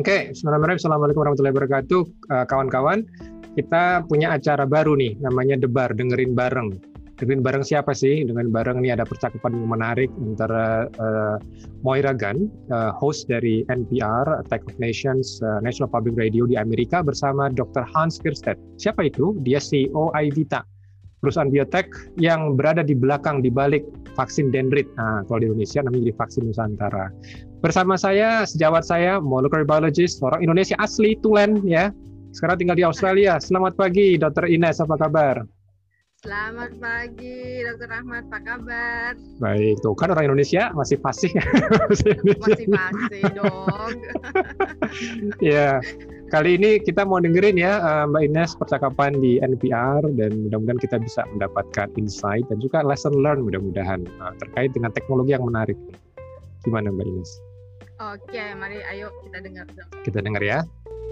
Oke, Assalamualaikum warahmatullahi wabarakatuh, kawan-kawan. Kita punya acara baru nih, namanya Debar, dengerin bareng. Dengerin bareng siapa sih? Dengerin bareng nih ada percakapan yang menarik antara Moira Gunn, host dari NPR, Attack of Nations, National Public Radio di Amerika, bersama Dr. Hans Kirstedt. Siapa itu? Dia CEO iVita, perusahaan biotek yang berada di belakang, di balik vaksin dendrit. Nah, kalau di Indonesia namanya jadi vaksin Nusantara. Bersama saya, sejawat saya, molecular biologist, orang Indonesia asli, Tulen, ya. Sekarang tinggal di Australia. Selamat pagi, Dr. Ines, apa kabar? Selamat pagi, Dr. Rahmat, apa kabar? Baik, tuh kan orang Indonesia masih fasih. Masih fasih dong. Ya, kali ini kita mau dengerin ya Mbak Ines percakapan di NPR, dan mudah-mudahan kita bisa mendapatkan insight dan juga lesson learn mudah-mudahan terkait dengan teknologi yang menarik. Gimana Mbak Ines? Oke, mari ayo kita dengar dong. Kita dengar ya.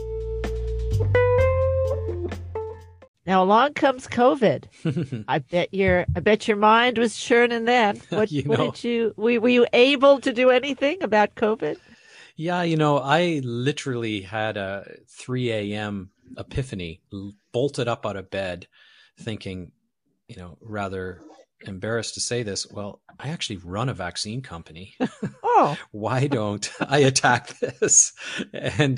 Now along comes COVID. I bet your mind was churning then. Were you able to do anything about COVID? Yeah, I literally had a 3 a.m. epiphany, bolted up out of bed, thinking, rather embarrassed to say this, well, I actually run a vaccine company. Oh. Why don't I attack this? And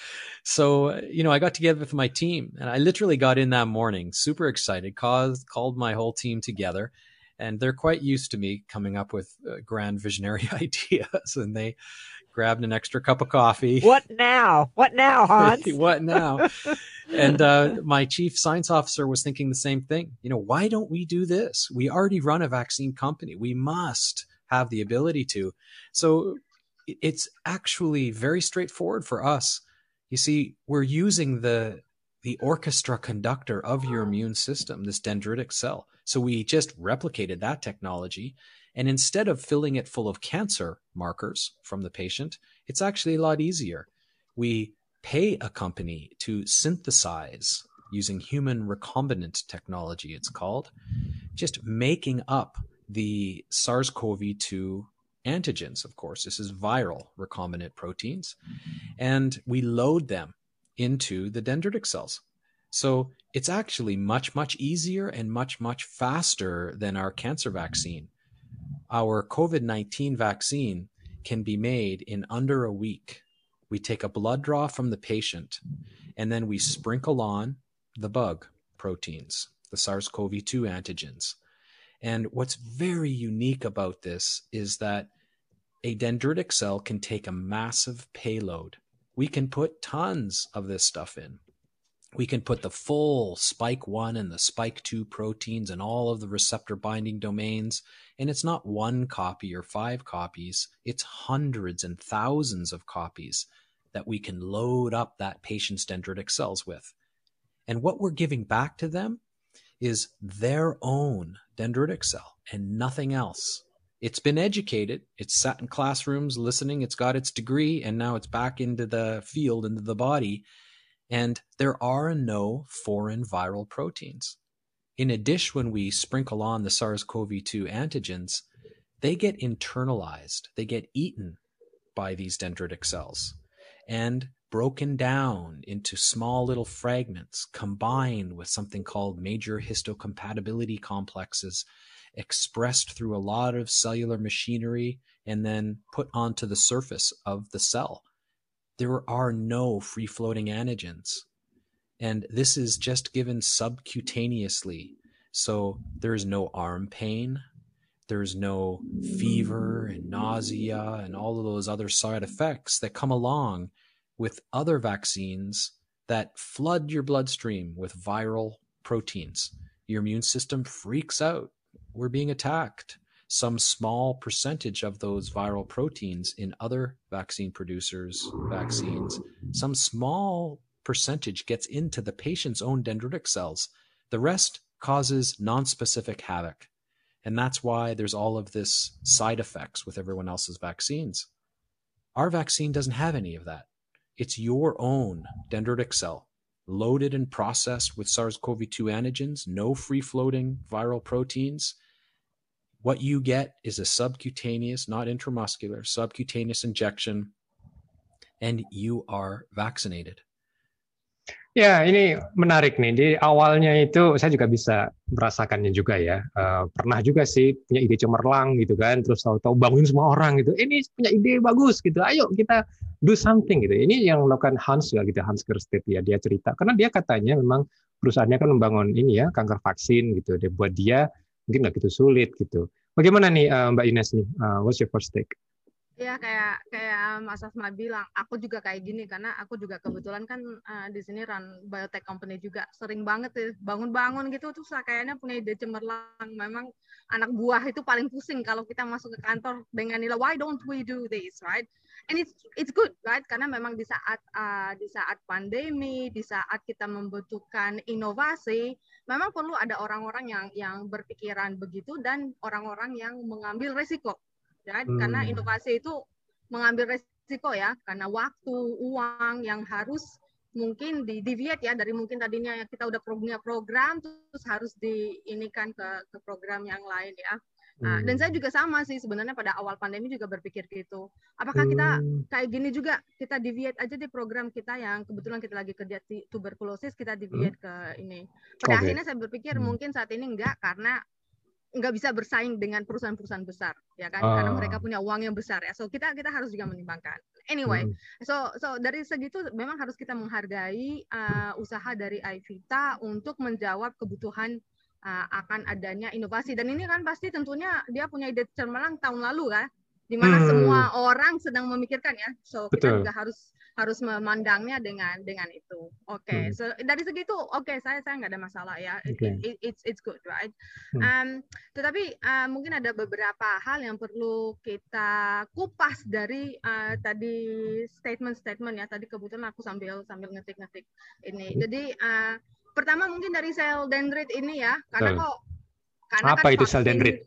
so I got together with my team, and I literally got in that morning, super excited, called my whole team together, and they're quite used to me coming up with grand visionary ideas, and they grabbed an extra cup of coffee. What now, Hans? What now? And my chief science officer was thinking the same thing. Why don't we do this? We already run a vaccine company. We must have the ability to. So it's actually very straightforward for us. You see, we're using the orchestra conductor of your immune system, this dendritic cell. So we just replicated that technology. And instead of filling it full of cancer markers from the patient, it's actually a lot easier. We pay a company to synthesize using human recombinant technology, it's called, just making up the SARS-CoV-2 antigens, of course. This is viral recombinant proteins. And we load them into the dendritic cells. So it's actually much, much easier and much, much faster than our cancer vaccine. Our COVID-19 vaccine can be made in under a week. We take a blood draw from the patient, and then we sprinkle on the bug proteins, the SARS-CoV-2 antigens. And what's very unique about this is that a dendritic cell can take a massive payload. We can put tons of this stuff in. We can put the full spike 1 and the spike 2 proteins and all of the receptor binding domains. And it's not one copy or 5 copies. It's hundreds and thousands of copies that we can load up that patient's dendritic cells with. And what we're giving back to them is their own dendritic cell and nothing else. It's been educated. It's sat in classrooms listening. It's got its degree, and now it's back into the field, into the body. And there are no foreign viral proteins. In a dish, when we sprinkle on the SARS-CoV-2 antigens, they get internalized. They get eaten by these dendritic cells and broken down into small little fragments, combined with something called major histocompatibility complexes, expressed through a lot of cellular machinery, and then put onto the surface of the cell. There are no free-floating antigens. And this is just given subcutaneously. So there's no arm pain. There's no fever and nausea and all of those other side effects that come along with other vaccines that flood your bloodstream with viral proteins. Your immune system freaks out. We're being attacked. Some small percentage of those viral proteins in other vaccine producers' vaccines, some small percentage gets into the patient's own dendritic cells. The rest causes non-specific havoc. And that's why there's all of this side effects with everyone else's vaccines. Our vaccine doesn't have any of that. It's your own dendritic cell, loaded and processed with SARS-CoV-2 antigens, no free-floating viral proteins. What you get is a subcutaneous, not intramuscular, subcutaneous injection, and you are vaccinated. Ya, ini menarik nih. Di awalnya itu saya juga bisa merasakannya juga ya. Pernah juga sih punya ide cemerlang gitu kan, terus tahu-tahu bangunin semua orang gitu. Ini punya ide bagus gitu. Ayo kita do something gitu. Ini yang melakukan Hans juga gitu, Hans Gerstedt ya. Dia cerita karena dia katanya memang perusahaannya kan membangun ini ya kanker vaksin gitu. Dia buat dia mungkin nggak gitu sulit gitu. Bagaimana nih Mbak Ines nih? What's your first take? Ya kayak Mas Asma bilang, aku juga kayak gini karena aku juga kebetulan kan di sini run biotech company juga, sering banget bangun-bangun gitu tuh kayaknya punya ide cemerlang. Memang anak buah itu paling pusing kalau kita masuk ke kantor dengan nilai why don't we do this, right? And it's good, right? Karena memang di saat pandemi, di saat kita membutuhkan inovasi, memang perlu ada orang-orang yang berpikiran begitu dan orang-orang yang mengambil resiko. Ya, karena inovasi itu mengambil resiko ya, karena waktu, uang yang harus mungkin di-deviate ya dari mungkin tadinya kita udah punya program terus harus diinikan ke program yang lain ya. Dan saya juga sama sih sebenarnya pada awal pandemi juga berpikir gitu. Apakah kita kayak gini juga kita deviate aja di program kita yang kebetulan kita lagi kerja di tuberkulosis, kita deviate ke ini. Pada akhirnya saya berpikir mungkin saat ini enggak, karena nggak bisa bersaing dengan perusahaan-perusahaan besar ya kan, karena mereka punya uang yang besar ya, so kita harus juga menimbangkan. Anyway, so dari segitu memang harus kita menghargai usaha dari iVita untuk menjawab kebutuhan akan adanya inovasi, dan ini kan pasti tentunya dia punya ide cemerlang tahun lalu kan, di mana semua orang sedang memikirkan ya, so kita juga harus memandangnya dengan itu. Oke, so dari segitu saya nggak ada masalah ya. It's good, right? Tetapi mungkin ada beberapa hal yang perlu kita kupas dari tadi statement ya. Tadi kebetulan aku sambil ngetik ini. Jadi pertama mungkin dari sel dendrit ini ya, karena apa kan itu sel dendrit?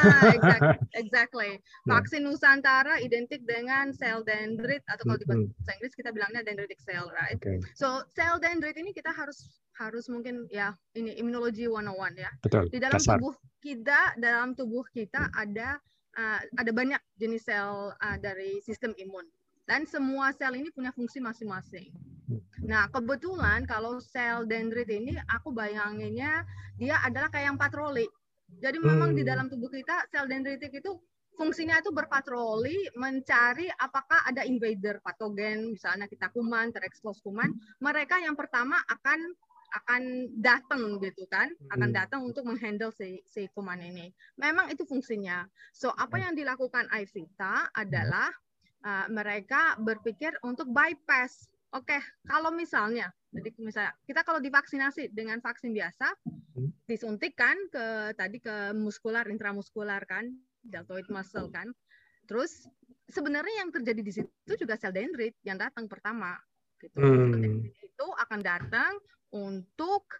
Exactly. Vaksin Nusantara identik dengan sel dendrit, atau kalau di bahasa Inggris kita bilangnya dendritic cell, right? So sel dendrit ini kita harus mungkin ya ini immunology 101 ya. Betul. Di dalam tubuh kita ada banyak jenis sel dari sistem imun, dan semua sel ini punya fungsi masing-masing. Nah, kebetulan kalau sel dendrit ini aku bayanginnya dia adalah kayak yang patroli. Jadi memang di dalam tubuh kita sel dendritik itu fungsinya itu berpatroli mencari apakah ada invader patogen, misalnya kita kuman, terekspos kuman, mereka yang pertama akan datang gitu kan, akan datang untuk menghandle si kuman ini. Memang itu fungsinya. So apa yang dilakukan iVita adalah mereka berpikir untuk bypass. Oke, kalau misalnya, jadi misalnya kita kalau divaksinasi dengan vaksin biasa, disuntikkan ke muskular, intramuskular kan, deltoid muscle kan. Terus sebenarnya yang terjadi di situ juga sel dendrit yang datang pertama. Gitu. Sel dendrit itu akan datang untuk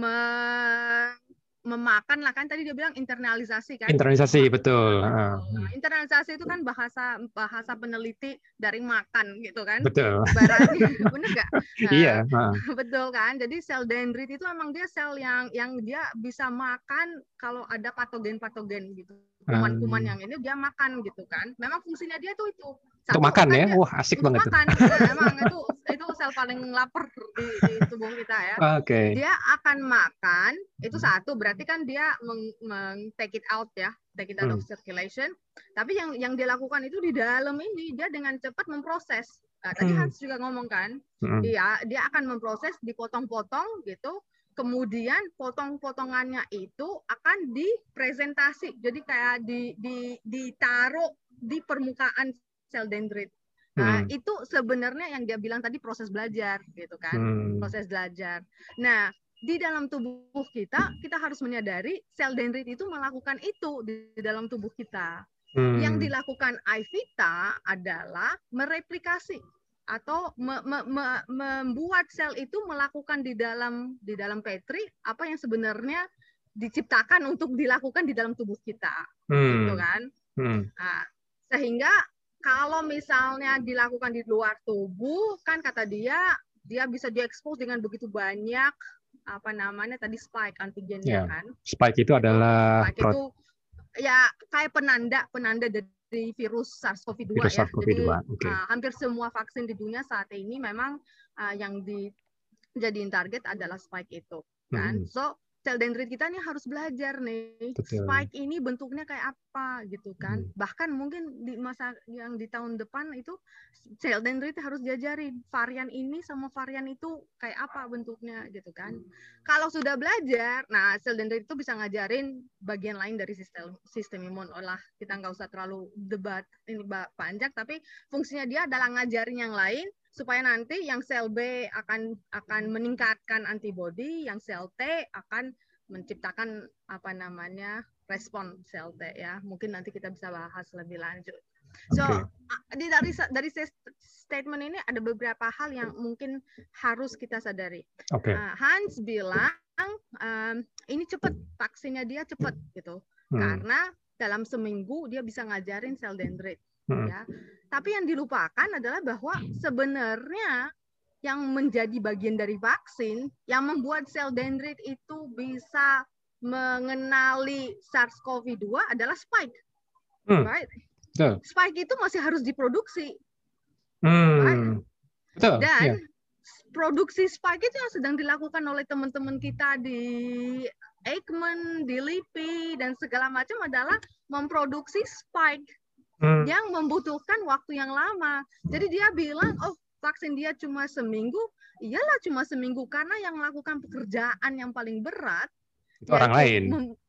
memakan lah, kan tadi dia bilang internalisasi kan. Internalisasi, betul. Internalisasi itu kan bahasa peneliti dari makan gitu kan. Betul. Ibaratnya, bener nggak? Iya. Betul kan. Jadi sel dendrit itu memang dia sel yang dia bisa makan kalau ada patogen gitu. Kuman-kuman yang ini dia makan gitu kan. Memang fungsinya dia tuh itu. Untuk makan ya? Wah, asik banget. Makan. Memang itu sel paling lapar di tubuh kita ya. Dia akan makan, itu satu, berarti kan dia take it out ya, take it out of circulation. Tapi yang dia lakukan itu di dalam ini, dia dengan cepat memproses. Tadi Hans juga ngomong kan, dia akan memproses, dipotong-potong gitu, kemudian potong-potongannya itu akan dipresentasi, jadi kayak ditaruh di permukaan sel dendrit. Nah, itu sebenarnya yang dia bilang tadi proses belajar gitu kan. Proses belajar. Nah, di dalam tubuh kita harus menyadari sel dendrit itu melakukan itu di dalam tubuh kita. Yang dilakukan iVita adalah mereplikasi atau membuat sel itu melakukan di dalam Petri apa yang sebenarnya diciptakan untuk dilakukan di dalam tubuh kita. Gitu kan. Nah, sehingga kalau misalnya dilakukan di luar tubuh, kan kata dia bisa diekspos dengan begitu banyak spike antigennya kan. Spike itu adalah spike itu ya kayak penanda virus SARS-CoV-2 Virus ya. SARS-CoV-2. Jadi Okay. hampir semua vaksin di dunia saat ini memang yang dijadiin target adalah spike itu kan. So sel dendrit kita nih harus belajar nih. Betul. Spike ini bentuknya kayak apa gitu kan. Bahkan mungkin di masa yang di tahun depan itu sel dendrit harus diajarin varian ini sama varian itu kayak apa bentuknya gitu kan. Kalau sudah belajar, nah sel dendrit itu bisa ngajarin bagian lain dari sistem imun. Olah kita nggak usah terlalu debat ini panjang, tapi fungsinya dia adalah ngajarin yang lain supaya nanti yang sel B akan meningkatkan antibodi, yang sel T akan menciptakan respon sel T ya. Mungkin nanti kita bisa bahas lebih lanjut. So dari statement ini ada beberapa hal yang mungkin harus kita sadari. Hans bilang ini cepat, vaksinnya dia cepat gitu, karena dalam seminggu dia bisa ngajarin sel dendrit. Ya. Tapi yang dilupakan adalah bahwa sebenarnya yang menjadi bagian dari vaksin yang membuat sel dendrit itu bisa mengenali SARS-CoV-2 adalah spike. Right? Spike itu masih harus diproduksi. Right? Dan produksi spike itu yang sedang dilakukan oleh teman-teman kita di Eijkman, di LIPI, dan segala macam adalah memproduksi spike yang membutuhkan waktu yang lama. Jadi dia bilang, oh vaksin dia cuma seminggu. Iyalah cuma seminggu, karena yang melakukan pekerjaan yang paling berat itu orang lain.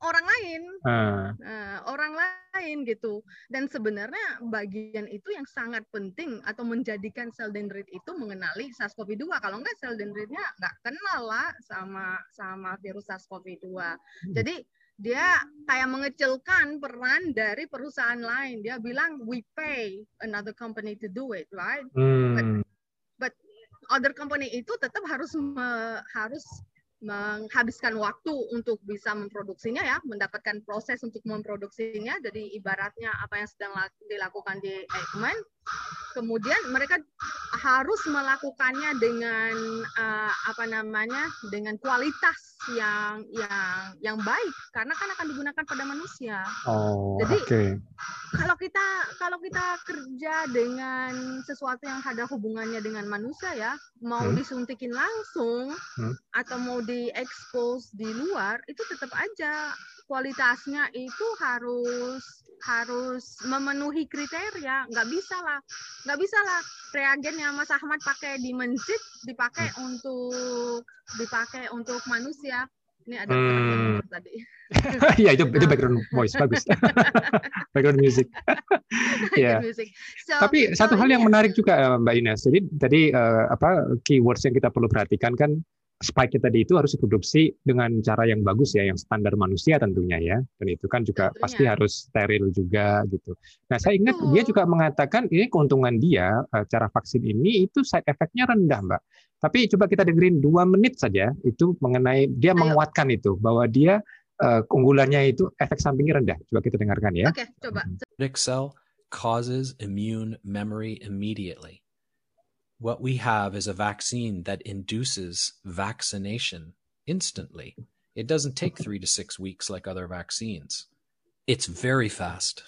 Orang lain gitu. Dan sebenarnya bagian itu yang sangat penting atau menjadikan sel dendrit itu mengenali SARS-CoV-2. Kalau enggak sel dendritnya nggak kenal lah sama virus SARS-CoV-2. Jadi dia kayak mengecilkan peran dari perusahaan lain. Dia bilang we pay another company to do it, right? But other company itu tetap harus menghabiskan waktu untuk bisa memproduksinya ya, mendapatkan proses untuk memproduksinya. Jadi ibaratnya apa yang sedang dilakukan di Eijkman, kemudian mereka harus melakukannya dengan dengan kualitas yang baik, karena kan akan digunakan pada manusia. Jadi kalau kita kerja dengan sesuatu yang ada hubungannya dengan manusia ya, mau disuntikin langsung atau mau diekspos di luar, itu tetap aja kualitasnya itu harus memenuhi kriteria. Nggak bisa lah reagen yang Mas Ahmad pakai di masjid dipakai untuk manusia. Ini ada yang tadi. Ya itu background voice bagus. Background music. Ya. Tapi satu hal yang menarik juga Mbak Ines. Jadi tadi keywords yang kita perlu perhatikan kan, spike tadi itu harus diproduksi dengan cara yang bagus ya, yang standar manusia tentunya ya. Dan itu kan juga pasti harus steril juga gitu. Nah, saya ingat dia juga mengatakan ini keuntungan dia cara vaksin ini itu side effect-nya rendah, Mbak. Tapi coba kita dengerin 2 menit saja itu mengenai dia menguatkan itu bahwa dia keunggulannya itu efek sampingnya rendah. Coba kita dengarkan ya. Oke, coba. Dendritic cell causes immune memory immediately. What we have is a vaccine that induces vaccination instantly. It doesn't take 3 to 6 weeks like other vaccines. It's very fast.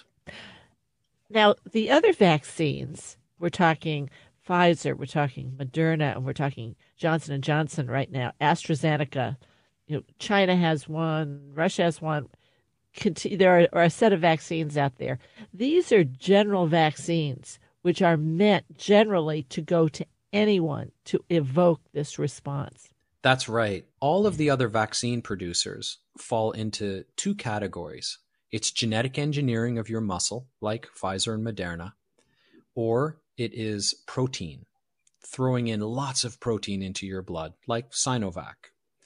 Now, the other vaccines, we're talking Pfizer, we're talking Moderna, and we're talking Johnson & Johnson right now, AstraZeneca. China has one, Russia has one. There are a set of vaccines out there. These are general vaccines, which are meant generally to go to anyone to evoke this response. That's right. All of the other vaccine producers fall into 2 categories. It's genetic engineering of your muscle, like Pfizer and Moderna, or it is protein, throwing in lots of protein into your blood, like Sinovac,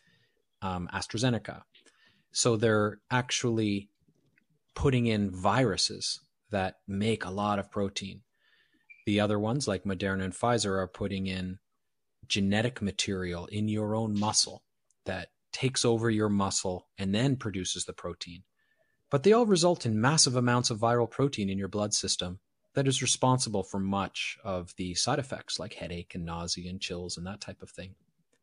AstraZeneca. So they're actually putting in viruses that make a lot of protein. The other ones, like Moderna and Pfizer, are putting in genetic material in your own muscle that takes over your muscle and then produces the protein. But they all result in massive amounts of viral protein in your blood system that is responsible for much of the side effects like headache and nausea and chills and that type of thing.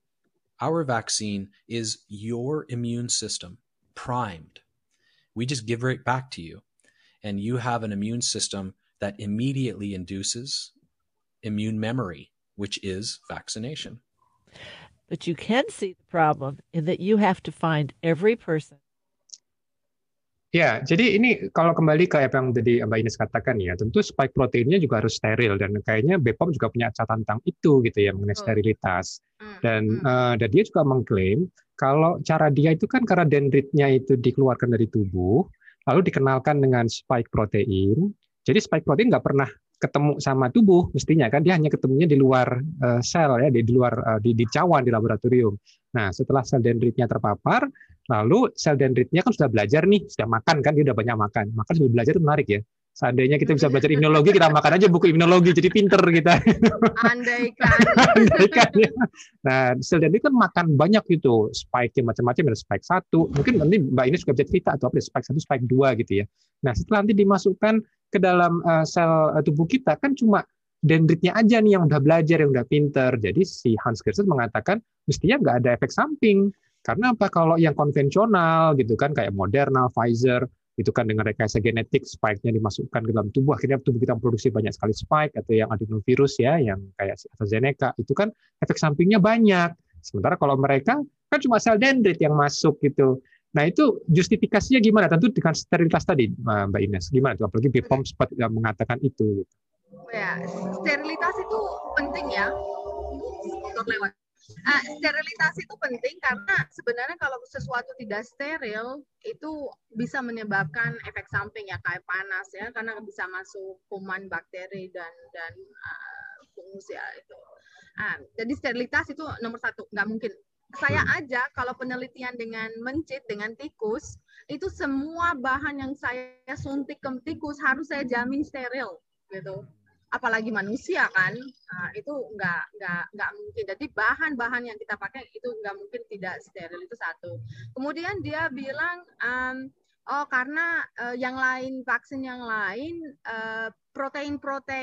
Our vaccine is your immune system primed. We just give it back to you. and you have an immune system that immediately induces immune memory, which is vaccination. But you can see the problem in that you have to find every person. Ya, jadi ini kalau kembali ke apa yang tadi Mbak Ines katakan ya, tentu spike proteinnya juga harus steril dan kayaknya BPOM juga punya catatan tentang itu gitu ya mengenai sterilitas. Dan dia juga mengklaim kalau cara dia itu kan karena dendritnya itu dikeluarkan dari tubuh, lalu dikenalkan dengan spike protein. Jadi spike protein nggak pernah ketemu sama tubuh mestinya kan, dia hanya ketemunya di luar sel ya, di luar di cawan di laboratorium. Nah, setelah sel dendritnya terpapar, lalu sel dendritnya kan sudah belajar nih, sudah makan kan, dia udah banyak makan. Makan sudah belajar itu menarik ya. Seandainya kita bisa belajar imunologi, kita makan aja buku imunologi, jadi pinter kita. Andaikan. Andaikan ya. Nah, sel dendrit kan makan banyak gitu, spike-nya macam-macam, ada spike 1. Mungkin nanti Mbak Ines juga bisa cerita atau apa, spike 1, spike 2 gitu ya. Nah, setelah nanti dimasukkan ke dalam sel tubuh kita, kan cuma dendritnya aja nih yang udah belajar, yang udah pinter. Jadi si Hans Gersert mengatakan mestinya nggak ada efek samping. Karena apa? Kalau yang konvensional gitu kan, kayak Moderna, Pfizer, itu kan dengan rekayasa genetik, spike-nya dimasukkan ke dalam tubuh, akhirnya tubuh kita memproduksi banyak sekali spike, atau yang adenovirus ya, yang kayak AstraZeneca, itu kan efek sampingnya banyak. Sementara kalau mereka kan cuma sel dendrit yang masuk gitu. Nah itu justifikasinya gimana? Tentu dengan sterilitas tadi, Mbak Ines. Gimana tuh? Apalagi BPOM sempat mengatakan itu. Gitu. Ya, sterilitas itu penting ya. Sterilitas itu penting karena sebenarnya kalau sesuatu tidak steril itu bisa menyebabkan efek samping ya, kayak panas ya, karena bisa masuk kuman, bakteri dan fungus ya itu. Jadi sterilitas itu nomor 1, nggak mungkin. Saya aja kalau penelitian dengan mencit, dengan tikus, itu semua bahan yang saya suntik ke tikus harus saya jamin steril gitu. Apalagi manusia kan, itu nggak mungkin. Jadi bahan-bahan yang kita pakai itu nggak mungkin tidak steril, itu 1. Kemudian dia bilang, karena yang lain, vaksin yang lain, protein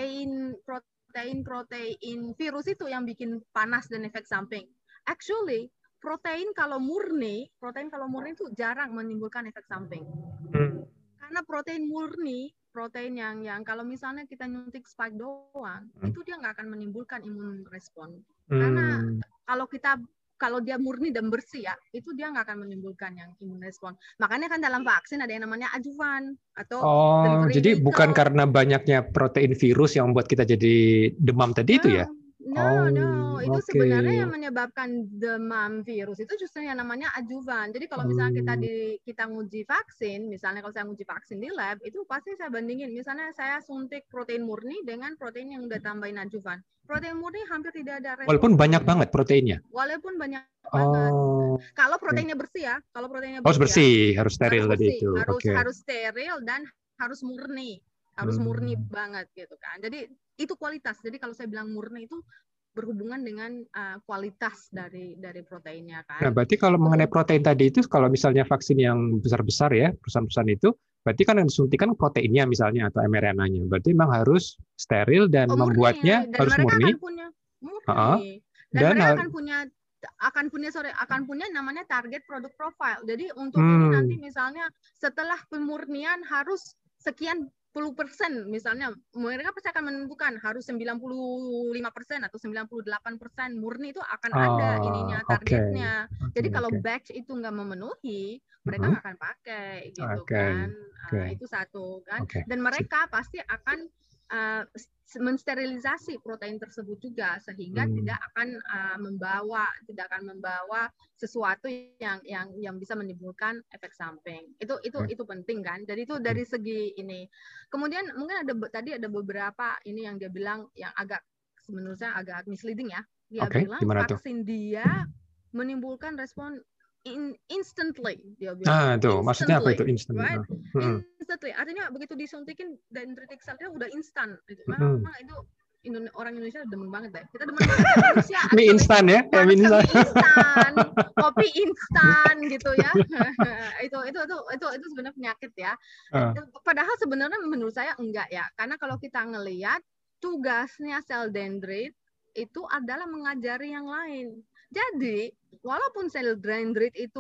virus itu yang bikin panas dan efek samping. Actually, protein kalau murni itu jarang menimbulkan efek samping. Karena protein murni, protein yang kalau misalnya kita nyuntik spike doang, itu dia nggak akan menimbulkan imun respon. Karena kalau dia murni dan bersih ya, itu dia nggak akan menimbulkan yang imun respon. Makanya kan dalam vaksin ada yang namanya adjuvan atau jadi bukan karena banyaknya protein virus yang membuat kita jadi demam tadi itu ya? No, itu sebenarnya yang menyebabkan demam virus itu justru yang namanya adjuvan. Jadi kalau misalnya kita nguji vaksin, misalnya kalau saya nguji vaksin di lab, itu pasti saya bandingin. Misalnya saya suntik protein murni dengan protein yang udah tambahin adjuvan. Protein murni hampir tidak ada respon. Walaupun banyak banget proteinnya. Walaupun banyak banget. Kalau proteinnya bersih ya, harus bersih, harus steril tadi itu. Harus steril dan harus murni. Harus murni banget gitu kan. Jadi itu kualitas. Jadi kalau saya bilang murni itu berhubungan dengan kualitas dari proteinnya kan. Nah, berarti kalau mengenai protein tadi itu, kalau misalnya vaksin yang besar-besar ya, perusahaan-perusahaan itu, berarti kan yang disuntikan proteinnya misalnya atau mRNA-nya. Berarti memang harus steril dan membuatnya dan harus murni. Dan mereka akan punya namanya target product profile. Jadi untuk ini nanti misalnya setelah pemurnian harus sekian 10%, misalnya mereka pasti akan menentukan harus 95% atau 98% murni, itu akan ada ininya targetnya. Jadi kalau batch itu nggak memenuhi, mereka nggak akan pakai gitu kan. Itu 1 kan. Dan mereka pasti akan mensterilisasi protein tersebut juga sehingga tidak akan membawa sesuatu yang bisa menimbulkan efek samping. Itu penting kan. Jadi itu dari segi ini. Kemudian mungkin tadi ada beberapa ini yang dia bilang yang menurut saya agak misleading ya. Dia bilang vaksin dia menimbulkan respon instantly, dia bilang. Tuh, maksudnya apa itu instant? Right? Instantly, artinya begitu disuntikin dendritic cell-nya udah instan. Memang itu orang Indonesia demen banget deh. Kita demen banget Indonesia. Mie instan ya? Mie instan, kopi instan gitu ya. itu sebenarnya penyakit ya. Padahal sebenarnya menurut saya enggak ya. Karena kalau kita ngelihat tugasnya sel dendrit itu adalah mengajari yang lain. Jadi, walaupun sel dendrit itu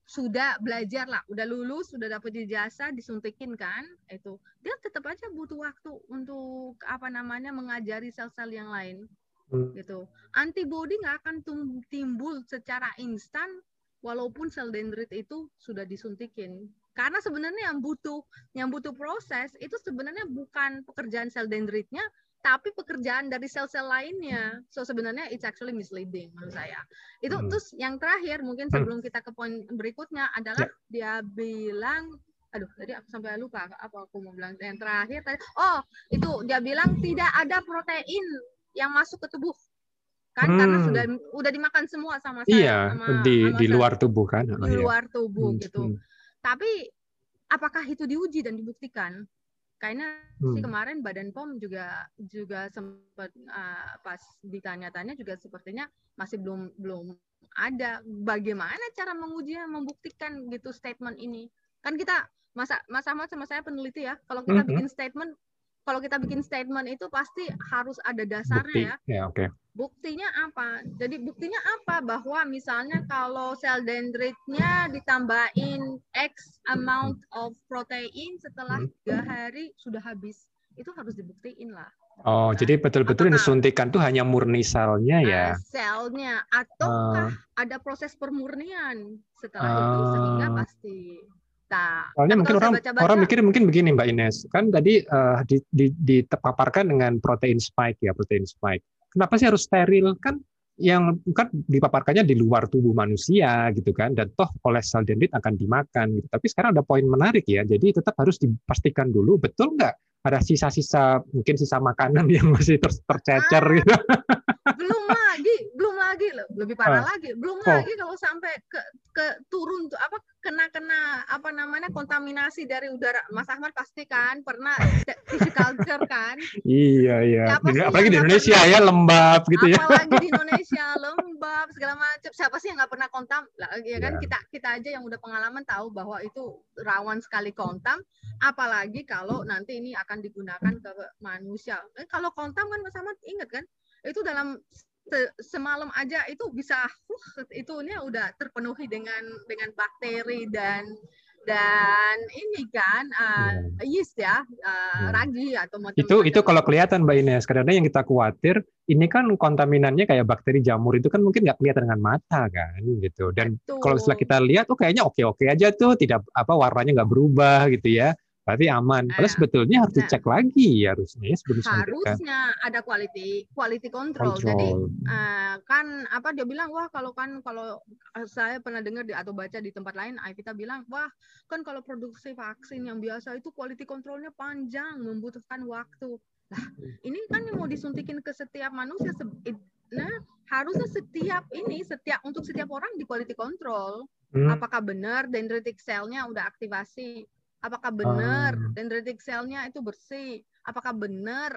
sudah belajar lah, udah lulus, sudah dapat ijazah, disuntikin kan, itu dia tetap aja butuh waktu untuk mengajari sel-sel yang lain gitu. Antibody nggak akan timbul secara instan walaupun sel dendrit itu sudah disuntikin. Karena sebenarnya yang butuh proses itu sebenarnya bukan pekerjaan sel dendritnya, tapi pekerjaan dari sel-sel lainnya. So sebenarnya it's actually misleading menurut saya. Itu terus yang terakhir mungkin sebelum kita ke poin berikutnya adalah dia bilang, aduh tadi aku sampai lupa apa aku mau bilang yang terakhir tadi. Oh, itu dia bilang tidak ada protein yang masuk ke tubuh. Kan karena udah dimakan semua sama Iya, sama di luar tubuh kan. Di luar tubuh gitu. Tapi apakah itu diuji dan dibuktikan? Kayaknya sih kemarin Badan POM juga sempat pas ditanya-tanya juga sepertinya masih belum ada bagaimana cara menguji membuktikan gitu statement ini. Kan kita Mas Ahmad sama saya peneliti ya. Kalau kita bikin statement itu pasti harus ada dasarnya. Bukti. Ya, okay. Buktinya apa? Jadi buktinya apa? Bahwa misalnya kalau sel dendritnya ditambahin X amount of protein setelah 3 hari sudah habis. Itu harus dibuktiin lah. Oh, jadi betul-betul yang disuntikan tuh hanya murni selnya ya? Selnya. Ataukah ada proses pemurnian setelah itu sehingga pasti. Soalnya mungkin orang mikir mungkin begini Mbak Ines. Kan tadi dipaparkan dengan protein spike. Kenapa sih harus steril? Kan yang kan dipaparkannya di luar tubuh manusia gitu kan, dan toh oleh sel dendrit akan dimakan gitu. Tapi sekarang ada poin menarik ya, jadi tetap harus dipastikan dulu betul nggak ada sisa-sisa, mungkin sisa makanan yang masih tercecer gitu. Belum lagi loh, lebih parah lagi. Lagi kalau sampai ke turun tuh kena kontaminasi dari udara. Mas Ahmad pasti kan pernah culture kan? Iya. Apalagi di Indonesia ya lembab gitu ya. Apalagi di Indonesia lembab segala macam. Siapa sih yang nggak pernah kontam? Lah ya kan kita aja yang udah pengalaman tahu bahwa itu rawan sekali kontam. Apalagi kalau nanti ini akan digunakan ke manusia. Kalau kontam kan Mas Ahmad ingat kan? Itu dalam semalam aja itu bisa itunya udah terpenuhi dengan bakteri dan ini kan yeast ya, ragi atau macam-macam. Itu kalau kelihatan Mbak Ines. Karena yang kita khawatir ini kan kontaminannya kayak bakteri jamur itu kan mungkin nggak kelihatan dengan mata kan gitu. Dan kalau setelah kita lihat kayaknya oke aja tuh, tidak warnanya nggak berubah gitu ya. Berarti aman. Padahal sebetulnya harus dicek lagi harusnya sebelum harusnya ada quality control. Jadi kan dia bilang kalau saya pernah dengar atau baca di tempat lain, kita bilang kan kalau produksi vaksin yang biasa itu quality controlnya panjang, membutuhkan waktu. Nah, ini kan yang mau disuntikin ke setiap manusia. Nah, harusnya untuk setiap orang di quality control. Apakah benar dendritic cell-nya udah aktivasi? Apakah benar dendritic cell-nya itu bersih? Apakah benar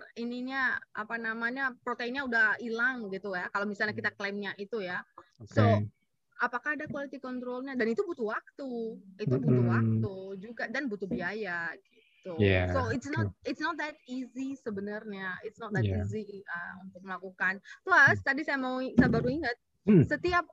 proteinnya udah hilang gitu ya? Kalau misalnya kita klaimnya itu ya. So, apakah ada quality control-nya? Dan itu butuh waktu. Itu butuh waktu juga dan butuh biaya gitu. So it's not that easy sebenarnya. It's not that easy untuk melakukan. Plus tadi saya baru ingat, setiap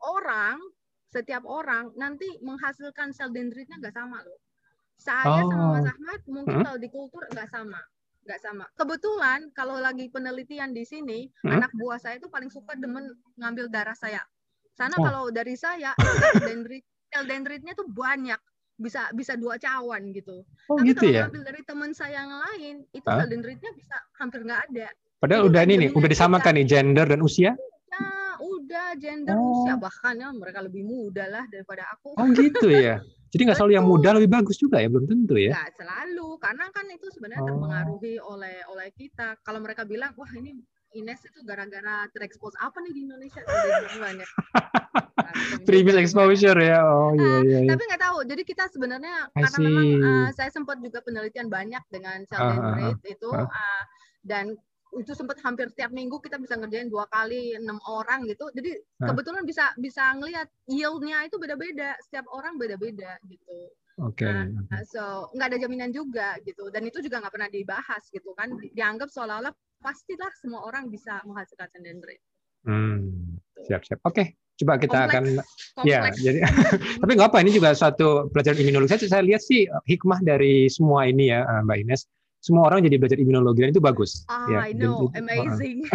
orang nanti menghasilkan sel dendritnya nggak sama loh. Saya sama Mas Ahmad mungkin kalau di kultur nggak sama. Kebetulan kalau lagi penelitian di sini, anak buah saya itu paling suka demen ngambil darah saya. Kalau dari saya sel dendritnya tuh banyak, bisa 2 cawan gitu. Tapi gitu kalau ya? ngambil dari teman saya yang lain, itu sel dendritnya bisa hampir nggak ada. Padahal udah disamakan nih gender dan usia? Udah gender usia, bahkan ya mereka lebih muda lah daripada aku. Oh gitu ya? Jadi nggak selalu yang muda lebih bagus juga ya, belum tentu ya? Nggak selalu, karena kan itu sebenarnya terpengaruhi oleh kita. Kalau mereka bilang, wah ini Ines itu gara-gara terekspos apa nih di Indonesia? Banyak. Previous exposure ya. Iya. Tapi nggak tahu. Jadi kita sebenarnya karena memang saya sempat juga penelitian banyak dengan sel dendrit itu dan itu sempat hampir setiap minggu kita bisa ngerjain 2 kali 6 orang gitu. Jadi kebetulan bisa ngelihat yield-nya itu beda-beda. Setiap orang beda-beda gitu. So nggak ada jaminan juga gitu. Dan itu juga nggak pernah dibahas gitu kan. Dianggap seolah-olah pastilah semua orang bisa menghasilkan sel dendrit. Siap. Oke. Coba kita akan ya, kompleks. jadi tapi nggak apa, ini juga suatu pelajaran imunologi. Saya lihat sih hikmah dari semua ini ya, Mbak Ines. Semua orang jadi belajar imunologi dan itu bagus. Ya, I know, amazing.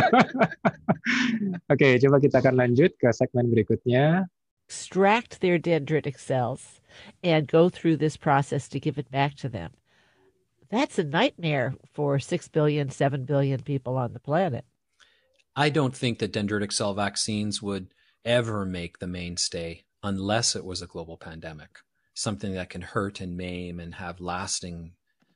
Oke, coba kita akan lanjut ke segmen berikutnya. Extract their dendritic cells and go through this process to give it back to them. That's a nightmare for 6 billion, 7 billion people on the planet. I don't think that dendritic cell vaccines would ever make the mainstay unless it was a global pandemic, something that can hurt and maim and have lasting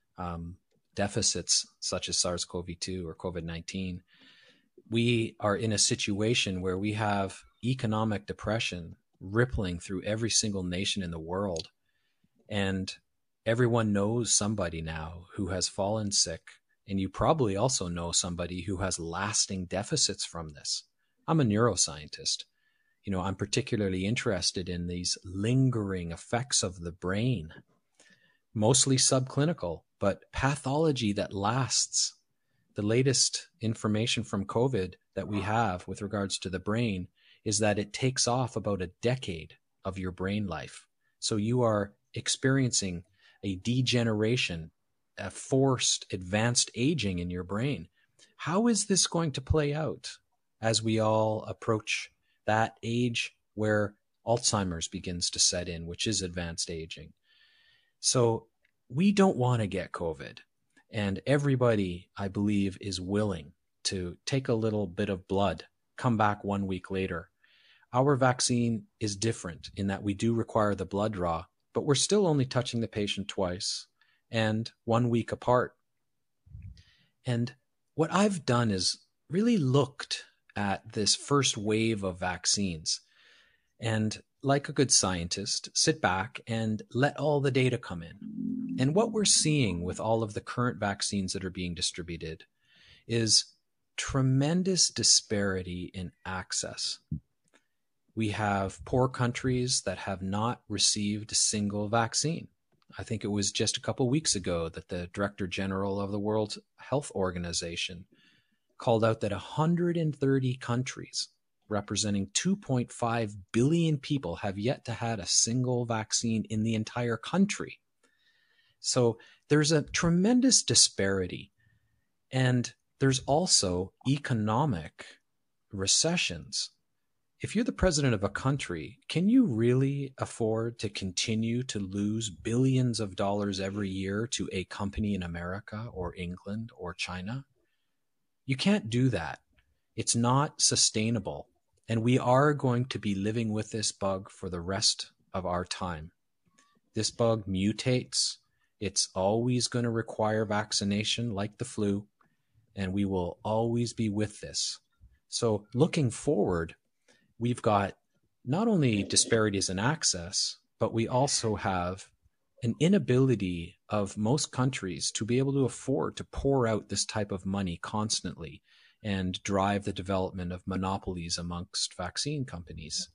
deficits such as SARS-CoV-2 or COVID-19. We are in a situation where we have economic depression rippling through every single nation in the world. And everyone knows somebody now who has fallen sick. And you probably also know somebody who has lasting deficits from this. I'm a neuroscientist. I'm particularly interested in these lingering effects of the brain, mostly subclinical, but pathology that lasts. The latest information from COVID that we have with regards to the brain is that it takes off about a decade of your brain life. So you are experiencing a degeneration, a forced advanced aging in your brain. How is this going to play out as we all approach that age where Alzheimer's begins to set in, which is advanced aging? So we don't want to get COVID. And everybody, I believe, is willing to take a little bit of blood, come back 1 week later. Our vaccine is different in that we do require the blood draw, but we're still only touching the patient twice and 1 week apart. And what I've done is really looked at this first wave of vaccines and, like a good scientist, sit back and let all the data come in. And what we're seeing with all of the current vaccines that are being distributed is tremendous disparity in access. We have poor countries that have not received a single vaccine. I think it was just a couple weeks ago that the Director General of the World Health Organization called out that 130 countries representing 2.5 billion people have yet to had a single vaccine in the entire country. So there's a tremendous disparity. And there's also economic recessions. If you're the president of a country, can you really afford to continue to lose billions of dollars every year to a company in America or England or China? You can't do that. It's not sustainable. And we are going to be living with this bug for the rest of our time. This bug mutates. It's always going to require vaccination like the flu, and we will always be with this. So looking forward, we've got not only disparities in access, but we also have an inability of most countries to be able to afford to pour out this type of money constantly and drive the development of monopolies amongst vaccine companies.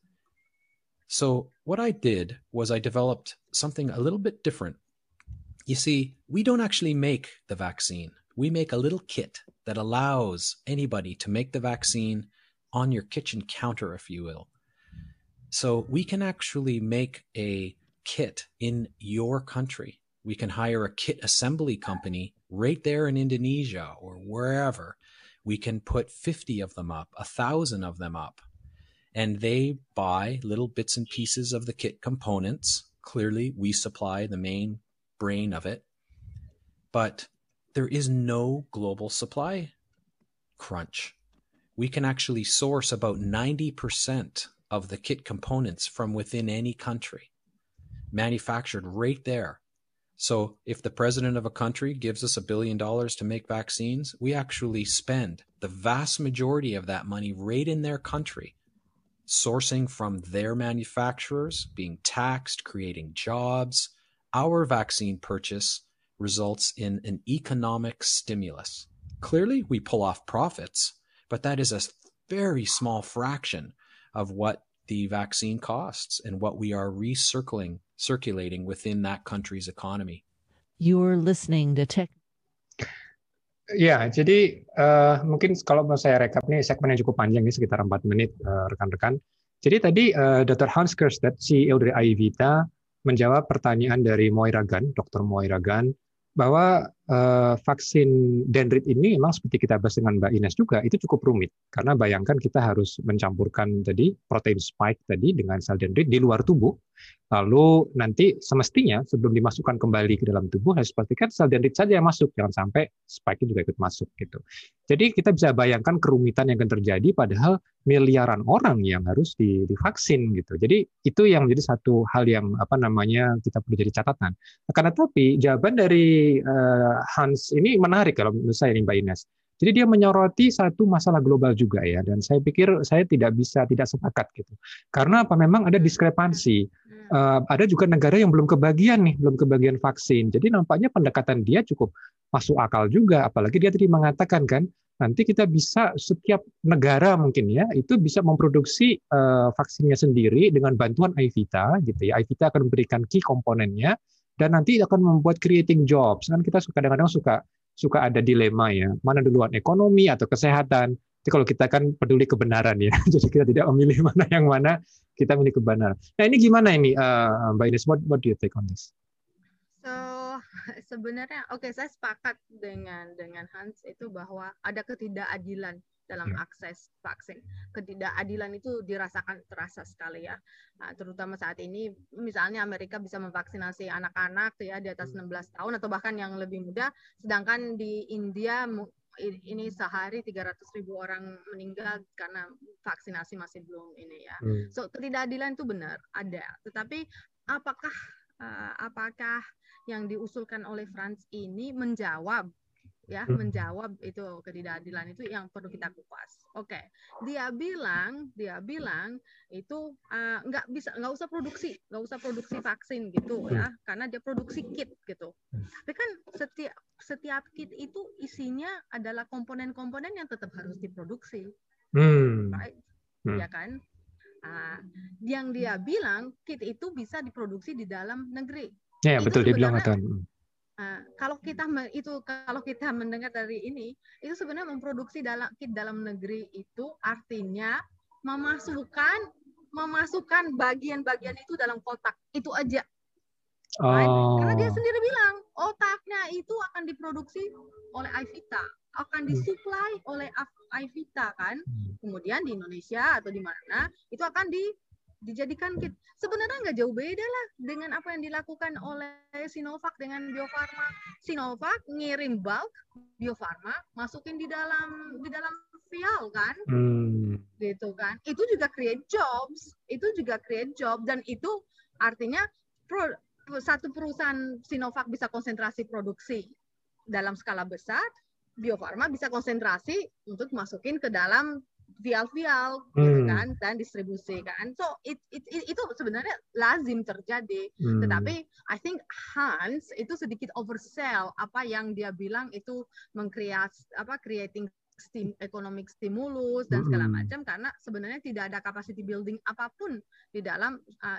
So what I did was I developed something a little bit different. You see, we don't actually make the vaccine. We make a little kit that allows anybody to make the vaccine on your kitchen counter, if you will. So we can actually make a kit in your country. We can hire a kit assembly company right there in Indonesia or wherever. We can put 50 of them up, 1,000 of them up, and they buy little bits and pieces of the kit components. Clearly, we supply the main brain of it, but there is no global supply crunch. We can actually source about 90% of the kit components from within any country, manufactured right there. So if the president of a country gives us $1 billion to make vaccines, we actually spend the vast majority of that money right in their country, sourcing from their manufacturers, being taxed, creating jobs. Our vaccine purchase results in an economic stimulus. Clearly, we pull off profits, but that is a very small fraction of what the vaccine costs and what we are circulating within that country's economy. You're listening to Tech. Ya, jadi mungkin kalau mau saya rekap nih segmen yang cukup panjang nih sekitar 4 menit rekan-rekan. Jadi tadi Dr. Hans Kerstedt, CEO dari iVita, menjawab pertanyaan dari Moira Gunn, Dr. Moira Gunn, bahwa vaksin dendrit ini memang seperti kita bahas dengan Mbak Ines juga, itu cukup rumit. Karena bayangkan kita harus mencampurkan tadi protein spike tadi dengan sel dendrit di luar tubuh, lalu nanti semestinya sebelum dimasukkan kembali ke dalam tubuh, harus pastikan sel dendrit saja yang masuk, jangan sampai spike juga ikut masuk. Gitu. Jadi kita bisa bayangkan kerumitan yang akan terjadi, padahal miliaran orang yang harus divaksin gitu. Jadi itu yang menjadi satu hal yang kita perlu jadi catatan. Karena tapi jawaban dari Hans ini menarik kalau menurut saya, Mbak Ines. Jadi dia menyoroti satu masalah global juga ya, dan saya pikir saya tidak sepakat gitu. Karena memang ada diskrepansi. Ada juga negara yang belum kebagian vaksin. Jadi nampaknya pendekatan dia cukup masuk akal juga. Apalagi dia tadi mengatakan kan, nanti kita bisa setiap negara mungkin ya itu bisa memproduksi vaksinnya sendiri dengan bantuan iVita gitu ya. iVita akan memberikan key komponennya dan nanti akan membuat creating jobs. Kan kita kadang-kadang suka ada dilema ya, mana duluan ekonomi atau kesehatan. Jadi kalau kita kan peduli kebenaran ya, jadi kita tidak memilih mana yang mana, kita memilih kebenaran. Nah ini gimana ini Mbak Ines, what do you take on this? So sebenarnya saya sepakat dengan Hans itu bahwa ada ketidakadilan dalam akses vaksin. Ketidakadilan itu terasa sekali ya. Nah, terutama saat ini misalnya Amerika bisa memvaksinasi anak-anak ya di atas 16 tahun atau bahkan yang lebih muda, sedangkan di India ini sehari 300.000 orang meninggal karena vaksinasi masih belum ini ya. So ketidakadilan itu benar ada. Tetapi apakah yang diusulkan oleh Frans ini menjawab itu ketidakadilan itu yang perlu kita kupas. Dia bilang itu nggak usah produksi vaksin gitu ya, karena dia produksi kit gitu. Tapi kan setiap kit itu isinya adalah komponen-komponen yang tetap harus diproduksi, right? Ya kan? Yang dia bilang kit itu bisa diproduksi di dalam negeri. Ya betul, dia bilang kan. Kalau kita mendengar dari ini, itu sebenarnya memproduksi kit dalam negeri itu artinya memasukkan bagian-bagian itu dalam kotak, itu aja. Right? Karena dia sendiri bilang otaknya itu akan diproduksi oleh iVita, akan disuplai oleh iVita kan. Kemudian di Indonesia atau di mana itu akan dijadikan kit. Sebenarnya nggak jauh beda lah dengan apa yang dilakukan oleh Sinovac dengan Bio Farma. Sinovac ngirim bulk, Bio Farma masukin di dalam vial kan, gitu kan. Itu juga create job, dan itu artinya satu perusahaan Sinovac bisa konsentrasi produksi dalam skala besar, Bio Farma bisa konsentrasi untuk masukin ke dalam vial-vial gitu kan, dan distribusi kan. So itu sebenarnya lazim terjadi. Tetapi I think Hans itu sedikit oversell apa yang dia bilang itu creating economic stimulus dan segala macam, karena sebenarnya tidak ada capacity building apapun di dalam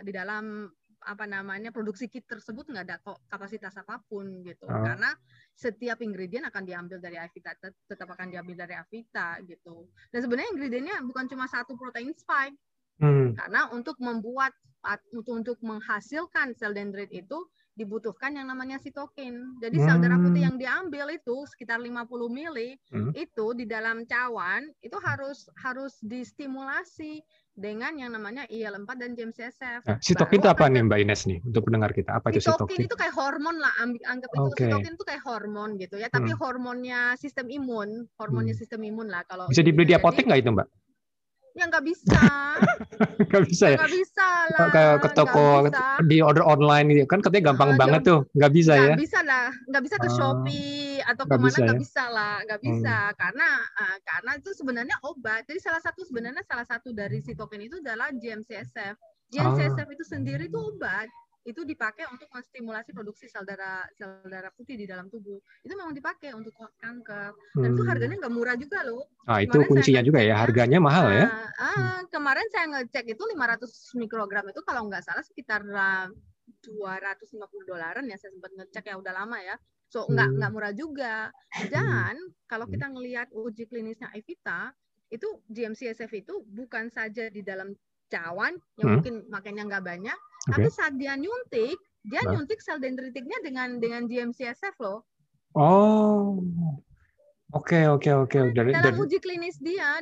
produksi kit tersebut, nggak ada kapasitas apapun gitu. Karena setiap ingredient akan diambil dari iVita, tetap akan diambil dari iVita gitu. Dan sebenarnya ingredientnya bukan cuma satu protein spike, karena untuk menghasilkan sel dendrit itu dibutuhkan yang namanya sitokin. Jadi sel darah putih yang diambil itu sekitar 50 mili itu di dalam cawan itu harus distimulasi dengan yang namanya IL-4 dan GM-CSF. Sitokin itu apa nih Mbak Ines nih untuk pendengar kita? Apa itu sitokin? Sitokin itu kayak hormon lah, anggap itu sitokin itu kayak hormon gitu ya, tapi hormonnya sistem imun lah kalau. Bisa dibeli di apotek nggak itu Mbak? Ya nggak bisa. Nggak bisa ya? Nggak bisa lah. Kayak ke toko di order online gitu kan, katanya gampang banget tuh. Nggak bisa ya? Nggak bisa lah. Nggak bisa ke Shopee atau kemana, nggak bisa lah. Nggak bisa. Karena itu sebenarnya obat. Jadi salah satu dari sitokin itu adalah GM-CSF. GM-CSF itu sendiri itu obat. Itu dipakai untuk menstimulasi produksi sel darah putih di dalam tubuh. Itu memang dipakai untuk kanker. Dan itu harganya nggak murah juga loh. Itu kuncinya juga ya, harganya mahal ya. Kemarin saya ngecek itu 500 mikrogram itu kalau nggak salah sekitar $250 ya, saya sempat ngecek ya, udah lama ya. So nggak murah juga. Dan kalau kita ngelihat uji klinisnya iVita, itu GM-CSF itu bukan saja di dalam cawan yang mungkin makannya nggak banyak, tapi saat dia nyuntik sel dendritiknya dengan GM-CSF loh. Oh, oke. Di dalam uji klinis dia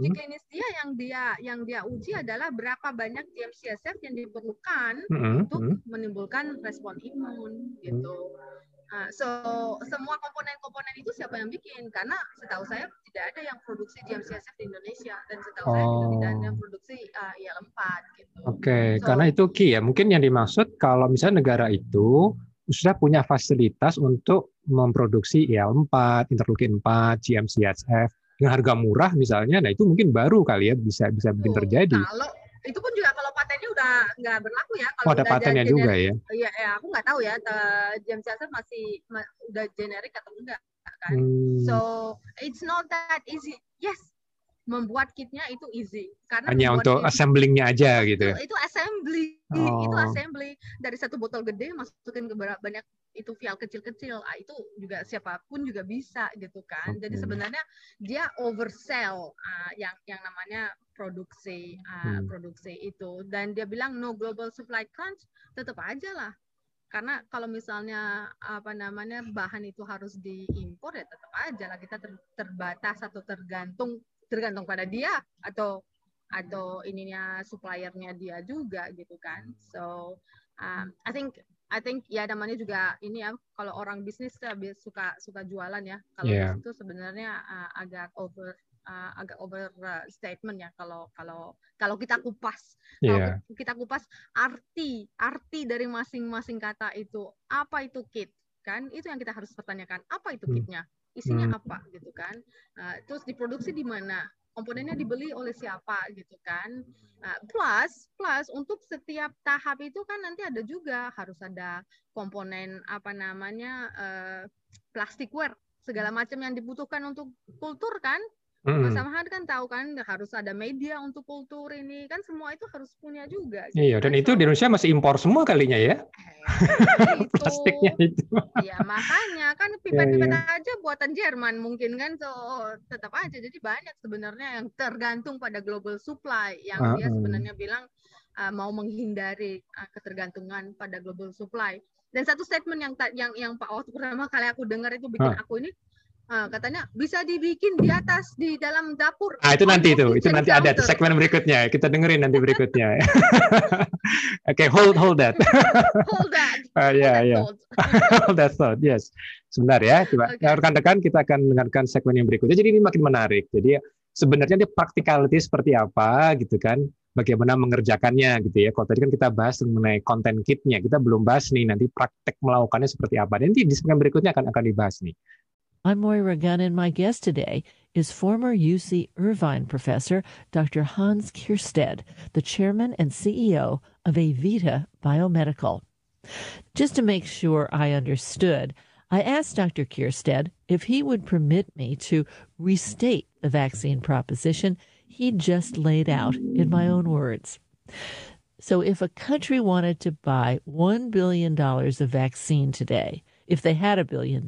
yang dia uji adalah berapa banyak GM-CSF yang diperlukan untuk menimbulkan respon imun gitu. So semua komponen-komponen itu siapa yang bikin? Karena setahu saya tidak ada yang produksi GM-CSF di Indonesia dan setahu saya juga tidak ada yang produksi IL-4 gitu. Oke, karena itu key ya. Mungkin yang dimaksud kalau misalnya negara itu sudah punya fasilitas untuk memproduksi IL-4, interleukin 4, GM-CSF dengan harga murah misalnya, nah itu mungkin baru kali ya bisa bikin terjadi. Kalau itu pun juga kalau patennya udah nggak berlaku ya. Kalau ada patennya juga ya? Iya, aku nggak tahu ya. GM-CSF masih udah generik atau enggak kan? So it's not that easy. Yes, membuat kitnya itu easy karena hanya untuk assemblingnya aja gitu. Itu assembly, itu assembly dari satu botol gede masukin ke banyak itu vial kecil-kecil. Itu juga siapapun juga bisa gitu kan. Jadi sebenarnya dia oversell yang namanya produksi itu, dan dia bilang no global supply crunch, tetap aja lah. Karena kalau misalnya bahan itu harus diimpor ya tetap aja lah kita terbatas atau tergantung pada dia atau ininya suppliernya dia juga gitu kan. So I think ya namanya juga ini ya, kalau orang bisnis suka jualan ya. Kalau itu sebenarnya agak over statement ya kalau kita kupas. Kalau kita kupas arti dari masing-masing kata itu, apa itu kit kan, itu yang kita harus pertanyakan, apa itu kitnya, isinya apa gitu kan, terus diproduksi di mana, komponennya dibeli oleh siapa gitu kan. Plus untuk setiap tahap itu kan nanti ada juga harus ada komponen plasticware segala macam yang dibutuhkan untuk kultur kan. Mas Ahmad kan tahu kan harus ada media untuk kultur ini kan, semua itu harus punya juga. Gitu. Iya, dan itu di Indonesia masih impor semua kalinya ya. Plastiknya itu. Ya makanya kan pipet-pipet aja buatan Jerman mungkin kan, so tetap aja jadi banyak sebenarnya yang tergantung pada global supply yang dia sebenarnya bilang mau menghindari ketergantungan pada global supply. Dan satu statement yang Pak waktu pertama kali aku dengar itu bikin aku ini, katanya bisa dibikin di dalam dapur. Itu nanti ada segmen berikutnya, kita dengerin nanti berikutnya. Oke, hold that. Hold that. Hold that thought. Yes. Sebentar ya, coba rekan-rekan kita akan dengarkan segmen yang berikutnya. Jadi ini makin menarik. Jadi sebenarnya dia practicality seperti apa gitu kan? Bagaimana mengerjakannya gitu ya. Kalau tadi kan kita bahas mengenai konten kitnya, kita belum bahas nih nanti praktek melakukannya seperti apa. Nanti di segmen berikutnya akan dibahas nih. I'm Moira Gunn, and my guest today is former UC Irvine professor Dr. Hans Kiersted, the chairman and CEO of Avita Biomedical. Just to make sure I understood, I asked Dr. Kiersted if he would permit me to restate the vaccine proposition he just laid out in my own words. So if a country wanted to buy $1 billion of vaccine today, if they had $1 billion,